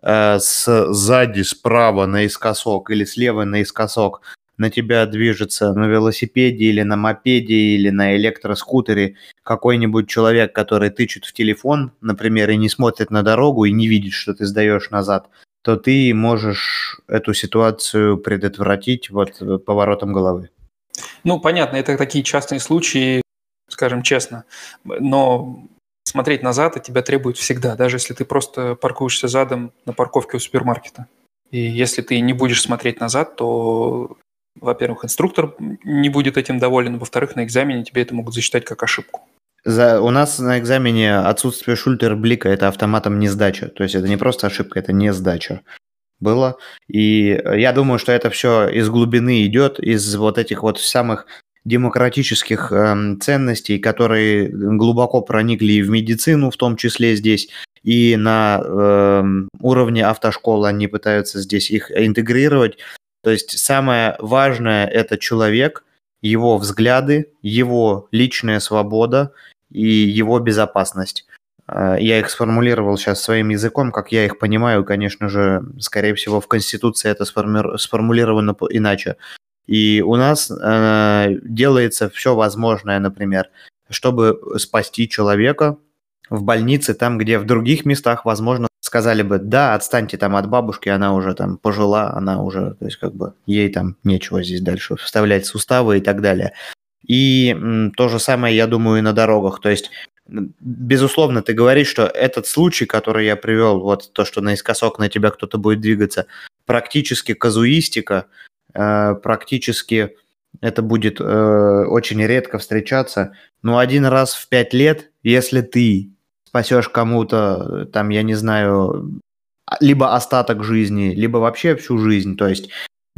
сзади, справа наискосок или слева наискосок на тебя движется на велосипеде или на мопеде или на электроскутере какой-нибудь человек, который тычет в телефон, например, и не смотрит на дорогу и не видит, что ты сдаешь назад, то ты можешь эту ситуацию предотвратить вот поворотом головы. Ну, понятно, это такие частные случаи, скажем честно, но смотреть назад от тебя требует всегда, даже если ты просто паркуешься задом на парковке у супермаркета. И если ты не будешь смотреть назад, то, во-первых, инструктор не будет этим доволен, во-вторых, на экзамене тебе это могут засчитать как ошибку. У нас на экзамене отсутствие шультер-блика – это автоматом не сдача. То есть это не просто ошибка, это не сдача было. И я думаю, что это все из глубины идет, из вот этих вот самых демократических ценностей, которые глубоко проникли и в медицину, в том числе здесь, и на уровне автошколы они пытаются здесь их интегрировать. То есть самое важное – это человек, его взгляды, его личная свобода и его безопасность. Я их сформулировал сейчас своим языком, как я их понимаю. Конечно же, скорее всего, в Конституции это сформулировано иначе. И у нас делается все возможное, например, чтобы спасти человека в больнице, там, где в других местах, возможно, сказали бы, да, отстаньте там от бабушки, она уже там пожила, она уже, то есть как бы ей там нечего здесь дальше вставлять суставы и так далее. И то же самое, я думаю, и на дорогах. То есть, безусловно, ты говоришь, что этот случай, который я привел, вот то, что наискосок на тебя кто-то будет двигаться, практически казуистика, практически это будет очень редко встречаться. Но один раз в 5 лет, если ты спасешь кому-то, там, я не знаю, либо остаток жизни, либо вообще всю жизнь, то есть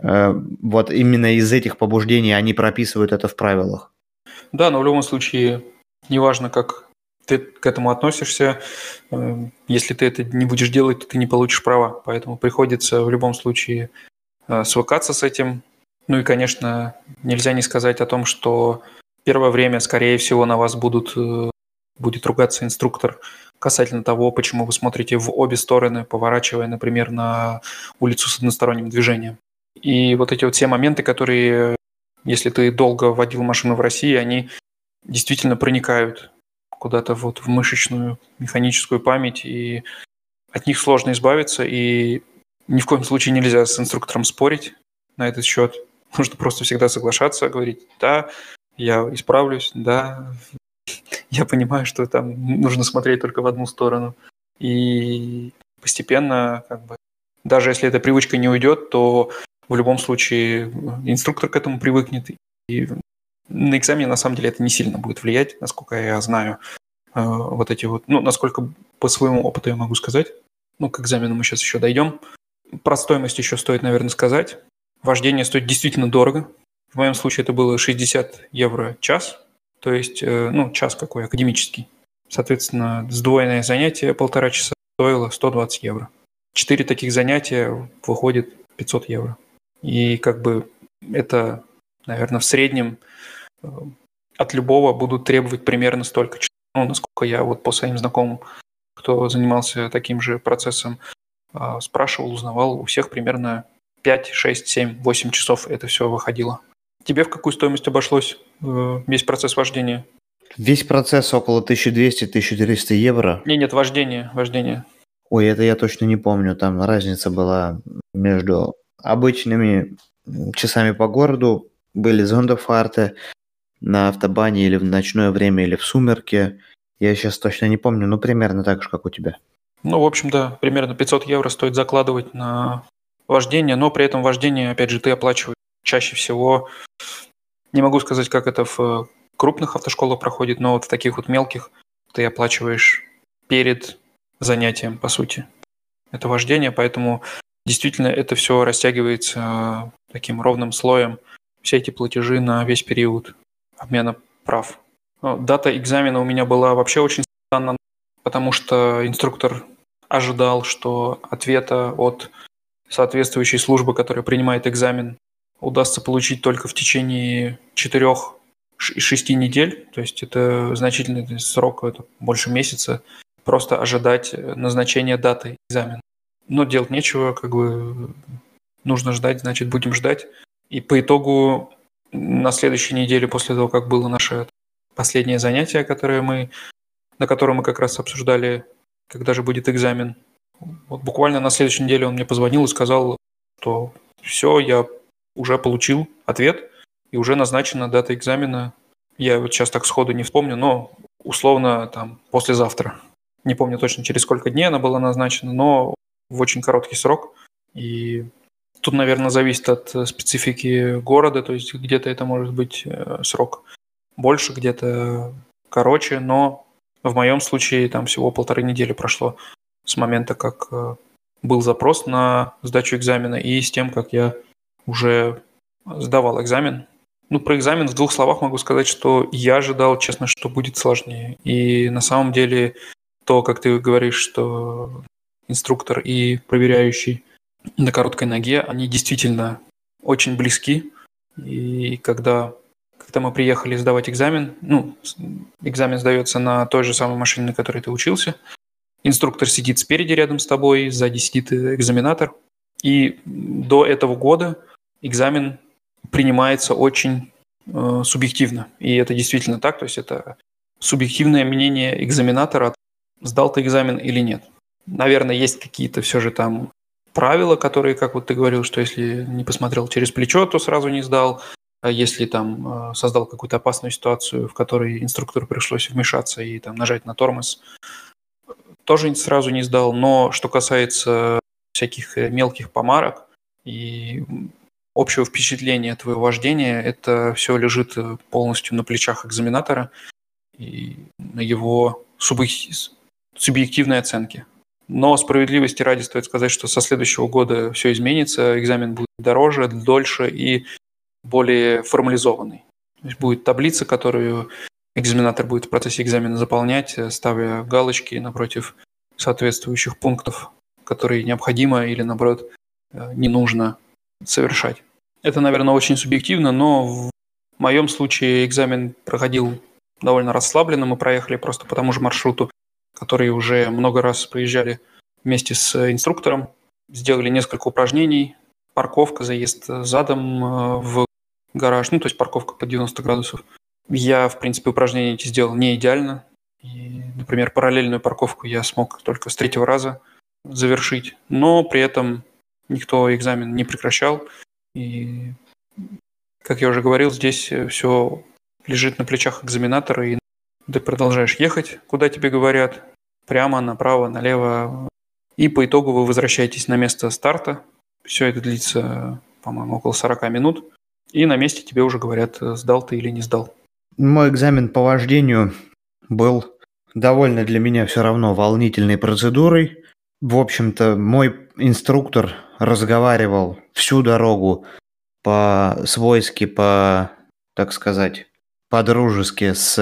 вот именно из этих побуждений они прописывают это в правилах. Да, но в любом случае, неважно, как ты к этому относишься, если ты это не будешь делать, то ты не получишь права. Поэтому приходится в любом случае свыкаться с этим. Ну и, конечно, нельзя не сказать о том, что первое время, скорее всего, на вас будет ругаться инструктор касательно того, почему вы смотрите в обе стороны, поворачивая, например, на улицу с односторонним движением. И вот эти вот все моменты, которые, если ты долго водил машину в России, они действительно проникают куда-то вот в мышечную, механическую память, и от них сложно избавиться, и ни в коем случае нельзя с инструктором спорить на этот счет. Нужно просто всегда соглашаться, говорить, да, я исправлюсь, да, я понимаю, что там нужно смотреть только в одну сторону. И постепенно, как бы, даже если эта привычка не уйдет, то в любом случае инструктор к этому привыкнет. И на экзамене, на самом деле, это не сильно будет влиять, насколько я знаю. Вот эти вот, ну, насколько по своему опыту я могу сказать. Ну, к экзамену мы сейчас еще дойдем. Про стоимость еще стоит, наверное, сказать. Вождение стоит действительно дорого. В моем случае это было 60 евро час. То есть, ну, час какой, академический. Соответственно, сдвоенное занятие 1,5 часа стоило 120 евро. 4 таких занятия выходит 500 евро. И как бы это, наверное, в среднем от любого будут требовать примерно столько часов. Ну, насколько я вот по своим знакомым, кто занимался таким же процессом, спрашивал, узнавал, у всех примерно 5, 6, 7, 8 часов это все выходило. Тебе в какую стоимость обошлось весь процесс вождения? Весь процесс около 1200-1300 евро. Нет, вождение. Ой, это я точно не помню. Там разница была между обычными часами по городу, были зондерфарты на автобане или в ночное время, или в сумерки. Я сейчас точно не помню, но примерно так же, как у тебя. Ну, в общем, да, примерно 500 евро стоит закладывать на вождение, но при этом вождение, опять же, ты оплачиваешь чаще всего. Не могу сказать, как это в крупных автошколах проходит, но вот в таких вот мелких ты оплачиваешь перед занятием, по сути. это вождение, поэтому действительно это все растягивается таким ровным слоем, все эти платежи на весь период обмена прав. Дата экзамена у меня была вообще очень странная, потому что инструктор ожидал, что ответа от соответствующей службы, которая принимает экзамен, удастся получить только в течение 4-6 недель. То есть это значительный срок, это больше месяца. Просто ожидать назначения даты экзамена. Но делать нечего, как бы нужно ждать, значит, будем ждать. И по итогу на следующей неделе, после того, как было наше последнее занятие, на котором мы как раз обсуждали, когда же будет экзамен, вот буквально на следующей неделе он мне позвонил и сказал, что все, я уже получил ответ и уже назначена дата экзамена. Я вот сейчас так сходу не вспомню, но условно там послезавтра. Не помню точно, через сколько дней она была назначена, но в очень короткий срок. И тут, наверное, зависит от специфики города, то есть где-то это может быть срок больше, где-то короче, но в моем случае там всего 1,5 недели прошло с момента, как был запрос на сдачу экзамена и с тем, как я уже сдавал экзамен. Ну, про экзамен в 2 словах могу сказать, что я ожидал, честно, что будет сложнее. И на самом деле то, как ты говоришь, что инструктор и проверяющий на короткой ноге, они действительно очень близки. И когда мы приехали сдавать экзамен, экзамен сдается на той же самой машине, на которой ты учился, инструктор сидит спереди рядом с тобой, сзади сидит экзаменатор. И до этого года экзамен принимается очень субъективно. И это действительно так, то есть это субъективное мнение экзаменатора, сдал ты экзамен или нет. Наверное, есть какие-то все же там правила, которые, как вот ты говорил, что если не посмотрел через плечо, то сразу не сдал. А если там создал какую-то опасную ситуацию, в которой инструктору пришлось вмешаться и там нажать на тормоз, тоже сразу не сдал. Но что касается всяких мелких помарок и общего впечатления твоего вождения, это все лежит полностью на плечах экзаменатора и на его субъективной оценке. Но справедливости ради стоит сказать, что со следующего года все изменится, экзамен будет дороже, дольше и более формализованный. То есть будет таблица, которую экзаменатор будет в процессе экзамена заполнять, ставя галочки напротив соответствующих пунктов, которые необходимо или, наоборот, не нужно совершать. Это, наверное, очень субъективно, но в моем случае экзамен проходил довольно расслабленно. Мы проехали просто по тому же маршруту, который уже много раз проезжали вместе с инструктором. Сделали несколько упражнений. Парковка, заезд задом в гараж, то есть парковка под 90 градусов. Я, в принципе, упражнения эти сделал не идеально. И, например, параллельную парковку я смог только с 3-го раза завершить. Но при этом никто экзамен не прекращал. И, как я уже говорил, здесь все лежит на плечах экзаменатора, и ты продолжаешь ехать, куда тебе говорят, прямо, направо, налево. И по итогу вы возвращаетесь на место старта. Все это длится, по-моему, около 40 минут. И на месте тебе уже говорят, сдал ты или не сдал. Мой экзамен по вождению был довольно для меня все равно волнительной процедурой. В общем-то, мой инструктор разговаривал всю дорогу по-свойски, так сказать, по-дружески с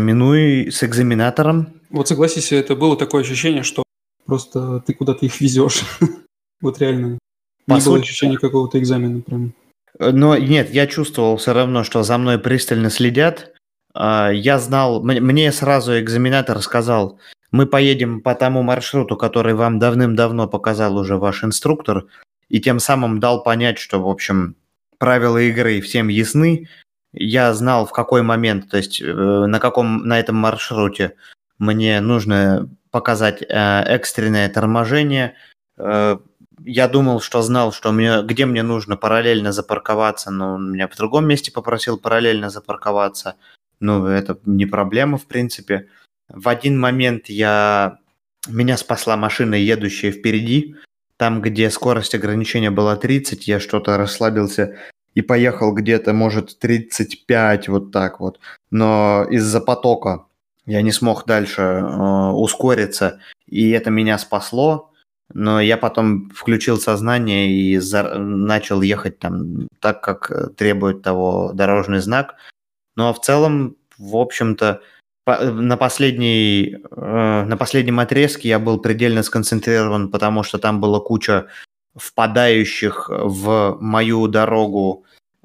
экзаменатором. Вот согласись, это было такое ощущение, что просто ты куда-то их везешь. Вот реально. Не было ощущения какого-то экзамена прям. Но нет, я чувствовал все равно, что за мной пристально следят. Я знал, мне сразу экзаменатор сказал, мы поедем по тому маршруту, который вам давным-давно показал уже ваш инструктор, и тем самым дал понять, что, в общем, правила игры всем ясны. Я знал, в какой момент, то есть на этом маршруте мне нужно показать экстренное торможение. Я думал, что знал, где мне нужно параллельно запарковаться, но он меня в другом месте попросил параллельно запарковаться. Это не проблема, в принципе. В один момент меня спасла машина, едущая впереди. Там, где скорость ограничения была 30, я что-то расслабился и поехал где-то, может, 35, вот так вот. Но из-за потока я не смог дальше ускориться, и это меня спасло. но я потом включил сознание и начал ехать там так, как требует того дорожный знак. Ну а в целом, в общем-то, на последнем отрезке я был предельно сконцентрирован, потому что там была куча впадающих в мою дорогу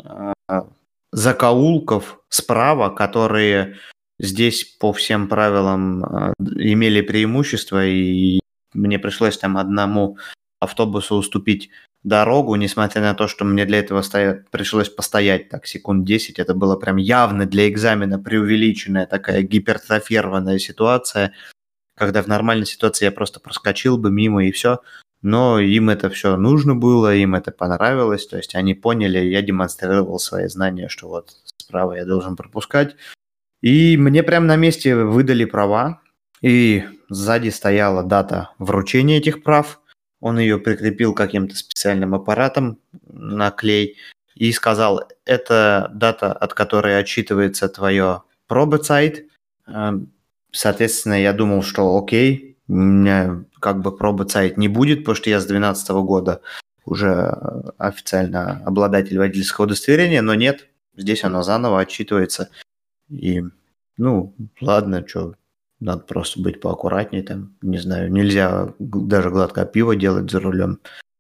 закоулков справа, которые здесь по всем правилам имели преимущество, и мне пришлось там одному автобусу уступить дорогу, несмотря на то, что мне для этого пришлось постоять так секунд 10. Это было прям явно для экзамена преувеличенная такая гипертрофированная ситуация, когда в нормальной ситуации я просто проскочил бы мимо и все. Но им это все нужно было, им это понравилось, то есть они поняли, я демонстрировал свои знания, что вот справа я должен пропускать. И мне прямо на месте выдали права, и сзади стояла дата вручения этих прав. Он ее прикрепил каким-то специальным аппаратом на клей и сказал, это дата, от которой отчитывается твое пробацайт. Соответственно, я думал, что окей, у меня как бы пробацайт не будет, потому что я с 2012 года уже официально обладатель водительского удостоверения, но нет, здесь оно заново отчитывается. И, ну, ладно, что, надо просто быть поаккуратнее там, не знаю, нельзя даже гладкое пиво делать за рулем.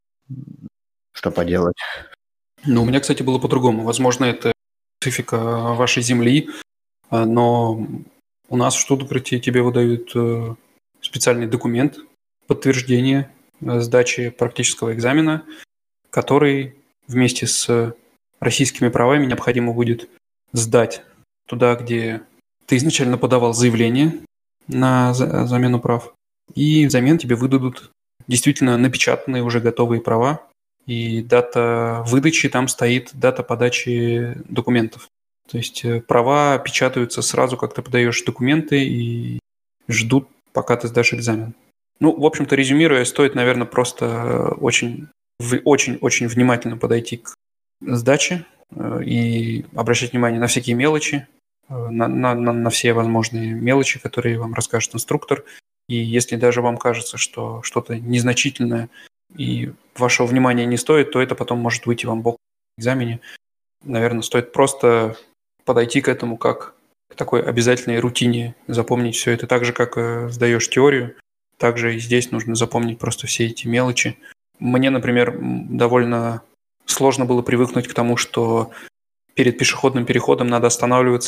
Что поделать? Ну, у меня, кстати, было по-другому. Возможно, это специфика вашей земли, но у нас в Штутгарте тебе выдают специальный документ, подтверждение сдачи практического экзамена, который вместе с российскими правами необходимо будет сдать туда, где ты изначально подавал заявление на замену прав, и взамен тебе выдадут действительно напечатанные уже готовые права, и дата выдачи, там стоит дата подачи документов. То есть права печатаются сразу, как ты подаешь документы, и ждут, пока ты сдашь экзамен. Ну, в общем-то, резюмируя, стоит, наверное, просто очень внимательно подойти к сдаче и обращать внимание на всякие мелочи, на все возможные мелочи, которые вам расскажет инструктор. И если даже вам кажется, что что-то незначительное и вашего внимания не стоит, то это потом может выйти вам боком в экзамене. Наверное, стоит просто подойти к этому как к такой обязательной рутине, запомнить все это так же, как сдаешь теорию. Также и здесь нужно запомнить просто все эти мелочи. Мне, например, довольно сложно было привыкнуть к тому, что перед пешеходным переходом надо останавливаться.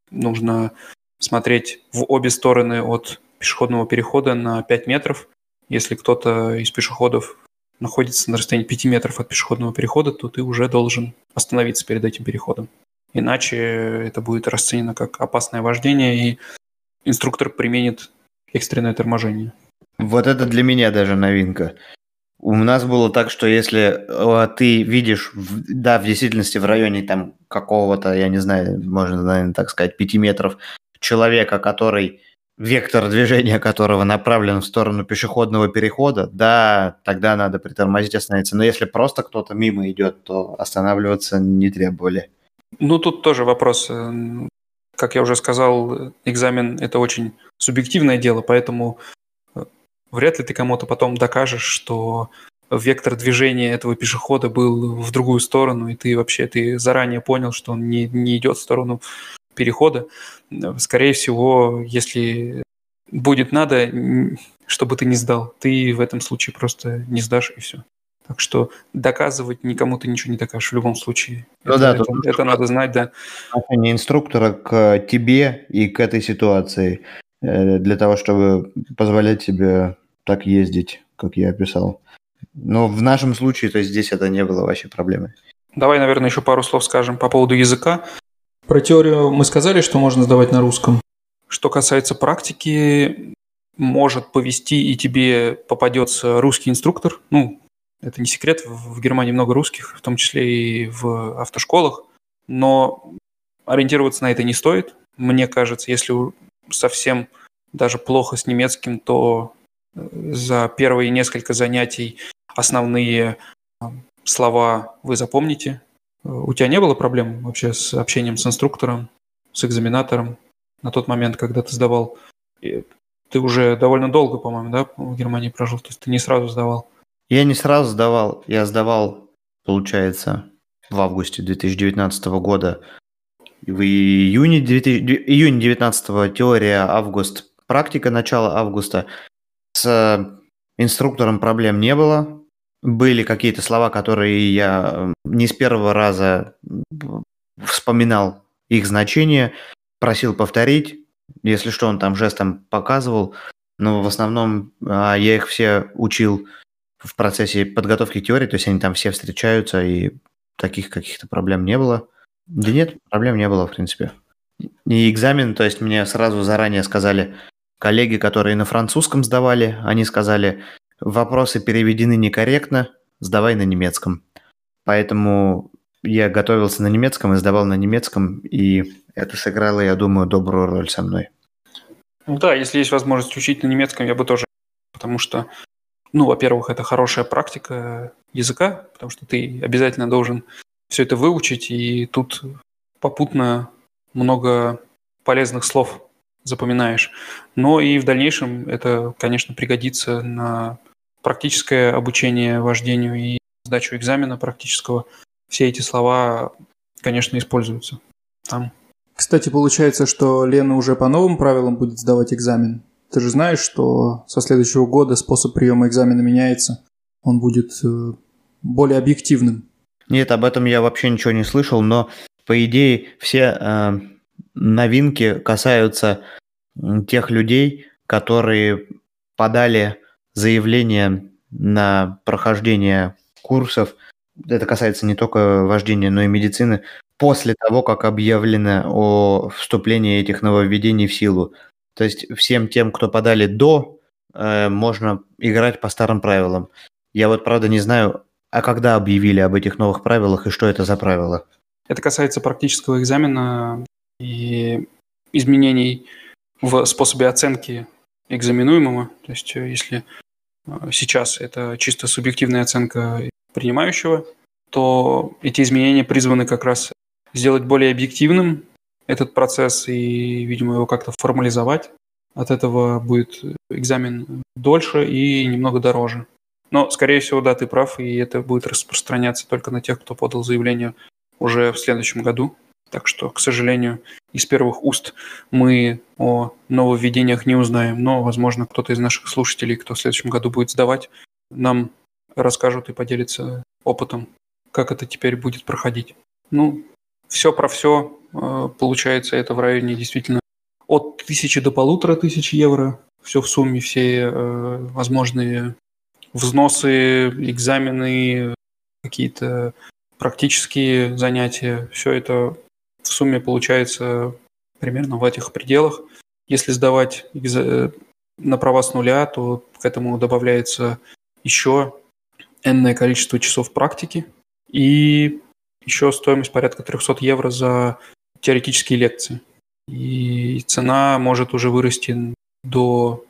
Нужно смотреть в обе стороны от пешеходного перехода на 5 метров. Если кто-то из пешеходов находится на расстоянии 5 метров от пешеходного перехода, то ты уже должен остановиться перед этим переходом. Иначе это будет расценено как опасное вождение, и инструктор применит экстренное торможение. Вот это для меня даже новинка. У нас было так, что если ты видишь, в действительности в районе там какого-то, я не знаю, можно, наверное, так сказать, 5 метров человека, который, вектор движения которого направлен в сторону пешеходного перехода, да, тогда надо притормозить, остановиться. Но если просто кто-то мимо идет, то останавливаться не требовали. Ну, тут тоже вопрос. Как я уже сказал, экзамен – это очень субъективное дело, поэтому вряд ли ты кому-то потом докажешь, что вектор движения этого пешехода был в другую сторону, и ты заранее понял, что он не идет в сторону перехода. Скорее всего, если будет надо, чтобы ты не сдал, ты в этом случае просто не сдашь, и все. Так что доказывать никому ты ничего не докажешь в любом случае. Ну это надо знать, да. Отношение инструктора к тебе и к этой ситуации для того, чтобы позволять себе так ездить, как я описал. Но в нашем случае, то есть здесь это не было вообще проблемой. Давай, наверное, еще пару слов скажем по поводу языка. Про теорию мы сказали, что можно сдавать на русском. Что касается практики, может повезти, и тебе попадется русский инструктор. Ну, это не секрет, в Германии много русских, в том числе и в автошколах. Но ориентироваться на это не стоит. Мне кажется, если совсем даже плохо с немецким, то за первые несколько занятий основные слова вы запомните. У тебя не было проблем вообще с общением с инструктором, с экзаменатором на тот момент, когда ты сдавал? Ты уже довольно долго, по-моему, да, в Германии прожил, то есть ты не сразу сдавал. Я не сразу сдавал, я сдавал, получается, в августе 2019 года. В июне 2019 теория, август практика, начало августа. С инструктором проблем не было. Были какие-то слова, которые я не с первого раза вспоминал их значение, просил повторить. Если что, он там жестом показывал. Но в основном я их все учил в процессе подготовки к теории, то есть они там все встречаются, и таких каких-то проблем не было. Да нет, проблем не было, в принципе. И экзамен, то есть мне сразу заранее сказали коллеги, которые на французском сдавали, они сказали, вопросы переведены некорректно, сдавай на немецком. Поэтому я готовился на немецком и сдавал на немецком, и это сыграло, я думаю, добрую роль со мной. Да, если есть возможность учить на немецком, я бы тоже, потому что, во-первых, это хорошая практика языка, потому что ты обязательно должен все это выучить, и тут попутно много полезных слов запоминаешь. Но и в дальнейшем это, конечно, пригодится на практическое обучение вождению и сдачу экзамена практического. Все эти слова, конечно, используются там. Кстати, получается, что Лена уже по новым правилам будет сдавать экзамен. Ты же знаешь, что со следующего года способ приема экзамена меняется. Он будет более объективным. Нет, об этом я вообще ничего не слышал, но по идее все новинки касаются тех людей, которые подали заявление на прохождение курсов. Это касается не только вождения, но и медицины. После того, как объявлено о вступлении этих нововведений в силу. То есть всем тем, кто подали до, можно играть по старым правилам. Я вот, правда, не знаю, а когда объявили об этих новых правилах и что это за правила? Это касается практического экзамена и изменений в способе оценки экзаменуемого. То есть если сейчас это чисто субъективная оценка принимающего, то эти изменения призваны как раз сделать более объективным этот процесс и, видимо, его как-то формализовать. От этого будет экзамен дольше и немного дороже. Но, скорее всего, да, ты прав, и это будет распространяться только на тех, кто подал заявление уже в следующем году. Так что, к сожалению, из первых уст мы о нововведениях не узнаем. Но, возможно, кто-то из наших слушателей, кто в следующем году будет сдавать, нам расскажут и поделятся опытом, как это теперь будет проходить. Все про все, получается, это в районе действительно от 1000 до 1500 евро. Все в сумме, все возможные взносы, экзамены, какие-то практические занятия. Все это в сумме получается примерно в этих пределах. Если сдавать на права с нуля, то к этому добавляется еще энное количество часов практики и еще стоимость порядка 300 евро за теоретические лекции. И цена может уже вырасти до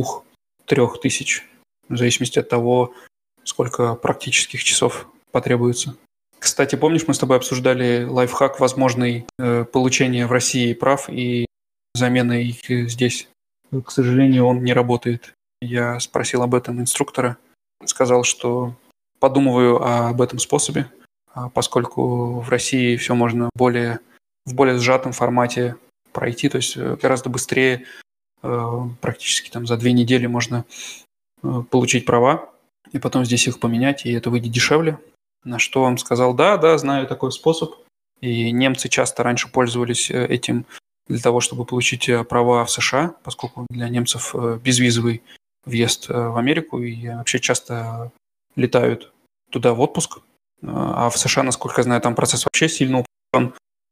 2-3 тысяч, в зависимости от того, сколько практических часов потребуется. Кстати, помнишь, мы с тобой обсуждали лайфхак возможный получения в России прав и замены их здесь. К сожалению, он не работает. Я спросил об этом инструктора, сказал, что подумываю об этом способе, поскольку в России все можно в более сжатом формате пройти, то есть гораздо быстрее, практически там за 2 недели можно получить права, и потом здесь их поменять, и это выйдет дешевле. На что он сказал, да, знаю такой способ, и немцы часто раньше пользовались этим для того, чтобы получить права в США, поскольку для немцев безвизовый въезд в Америку, и вообще часто летают туда в отпуск. А в США, насколько я знаю, там процесс вообще сильно упрощен,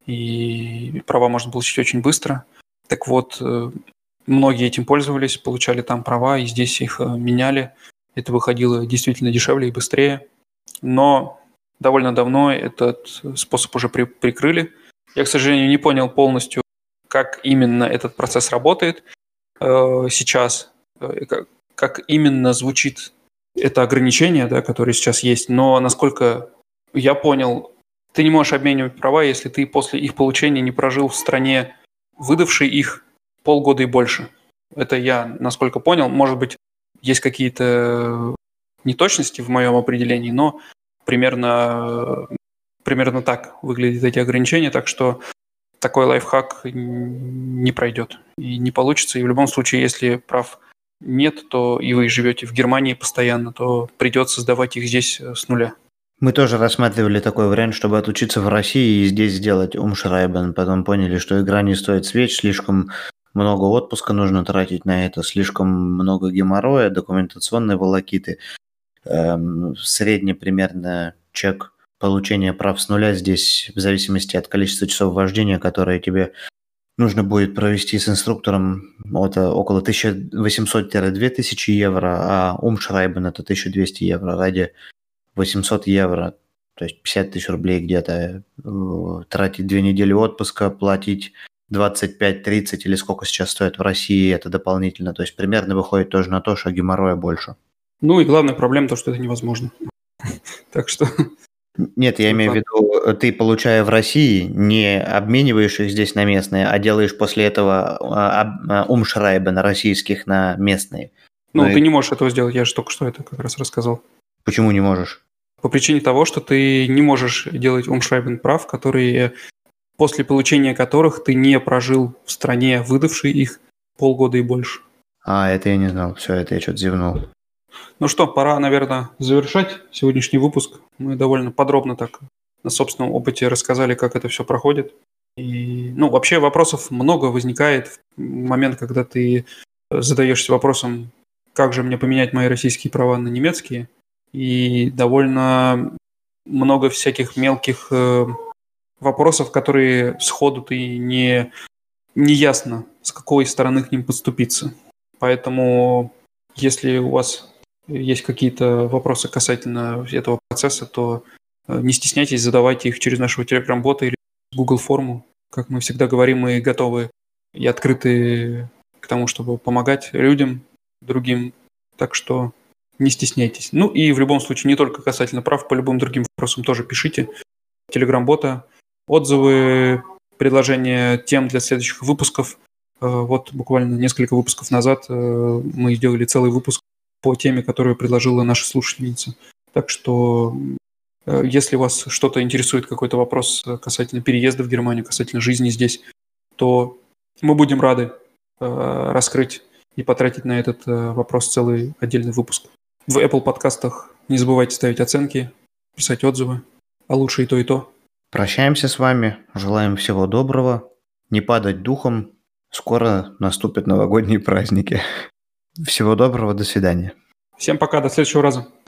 и права можно получить очень быстро. Так вот, многие этим пользовались, получали там права, и здесь их меняли. Это выходило действительно дешевле и быстрее. Но довольно давно этот способ уже прикрыли. Я, к сожалению, не понял полностью, как именно этот процесс работает сейчас, как именно звучит это ограничение, да, которое сейчас есть. Но, насколько я понял, ты не можешь обменивать права, если ты после их получения не прожил в стране, выдавшей их, полгода и больше. Это я, насколько понял. Может быть, есть какие-то неточности в моем определении, но примерно так выглядят эти ограничения, так что такой лайфхак не пройдет и не получится. И в любом случае, если прав нет, то и вы живете в Германии постоянно, то придется сдавать их здесь с нуля. Мы тоже рассматривали такой вариант, чтобы отучиться в России и здесь сделать Умшрайбен. Потом поняли, что игра не стоит свеч, слишком много отпуска нужно тратить на это, слишком много геморроя, документационной волокиты. Средний примерно чек получения прав с нуля здесь в зависимости от количества часов вождения, которые тебе нужно будет провести с инструктором, это около 1800-2000 евро, а Умшрайбен это 1200 евро ради 800 евро, то есть 50 тысяч рублей где-то, тратить 2 недели отпуска, платить 25-30 или сколько сейчас стоит в России, это дополнительно. То есть примерно выходит тоже на то, что геморроя больше. Ну и главная проблема то, что это невозможно. Так что... Нет, я имею в виду, ты, получая в России, не обмениваешь их здесь на местные, а делаешь после этого Умшрайбен российских на местные. Ну, ты не можешь этого сделать, я же только что это как раз рассказал. Почему не можешь? По причине того, что ты не можешь делать Умшрайбен прав, после получения которых ты не прожил в стране, выдавшей их полгода и больше. Это я не знал. Все, это я что-то зевнул. Ну что, пора, наверное, завершать сегодняшний выпуск. Мы довольно подробно так на собственном опыте рассказали, как это все проходит. И, вообще вопросов много возникает в момент, когда ты задаешься вопросом, как же мне поменять мои российские права на немецкие. И довольно много всяких мелких вопросов, которые сходу ты не ясно, с какой стороны к ним подступиться. Поэтому, если у вас есть какие-то вопросы касательно этого процесса, то не стесняйтесь, задавайте их через нашего Telegram-бота или Google форму. Как мы всегда говорим, мы готовы и открыты к тому, чтобы помогать людям, другим. Так что не стесняйтесь. Ну и в любом случае, не только касательно прав, по любым другим вопросам тоже пишите. Telegram-бота, отзывы, предложения тем для следующих выпусков. Вот буквально несколько выпусков назад мы сделали целый выпуск по теме, которую предложила наша слушательница. Так что, если вас что-то интересует, какой-то вопрос касательно переезда в Германию, касательно жизни здесь, то мы будем рады раскрыть и потратить на этот вопрос целый отдельный выпуск. В Apple подкастах не забывайте ставить оценки, писать отзывы, а лучше и то, и то. Прощаемся с вами, желаем всего доброго, не падать духом, скоро наступят новогодние праздники. Всего доброго, до свидания. Всем пока, до следующего раза.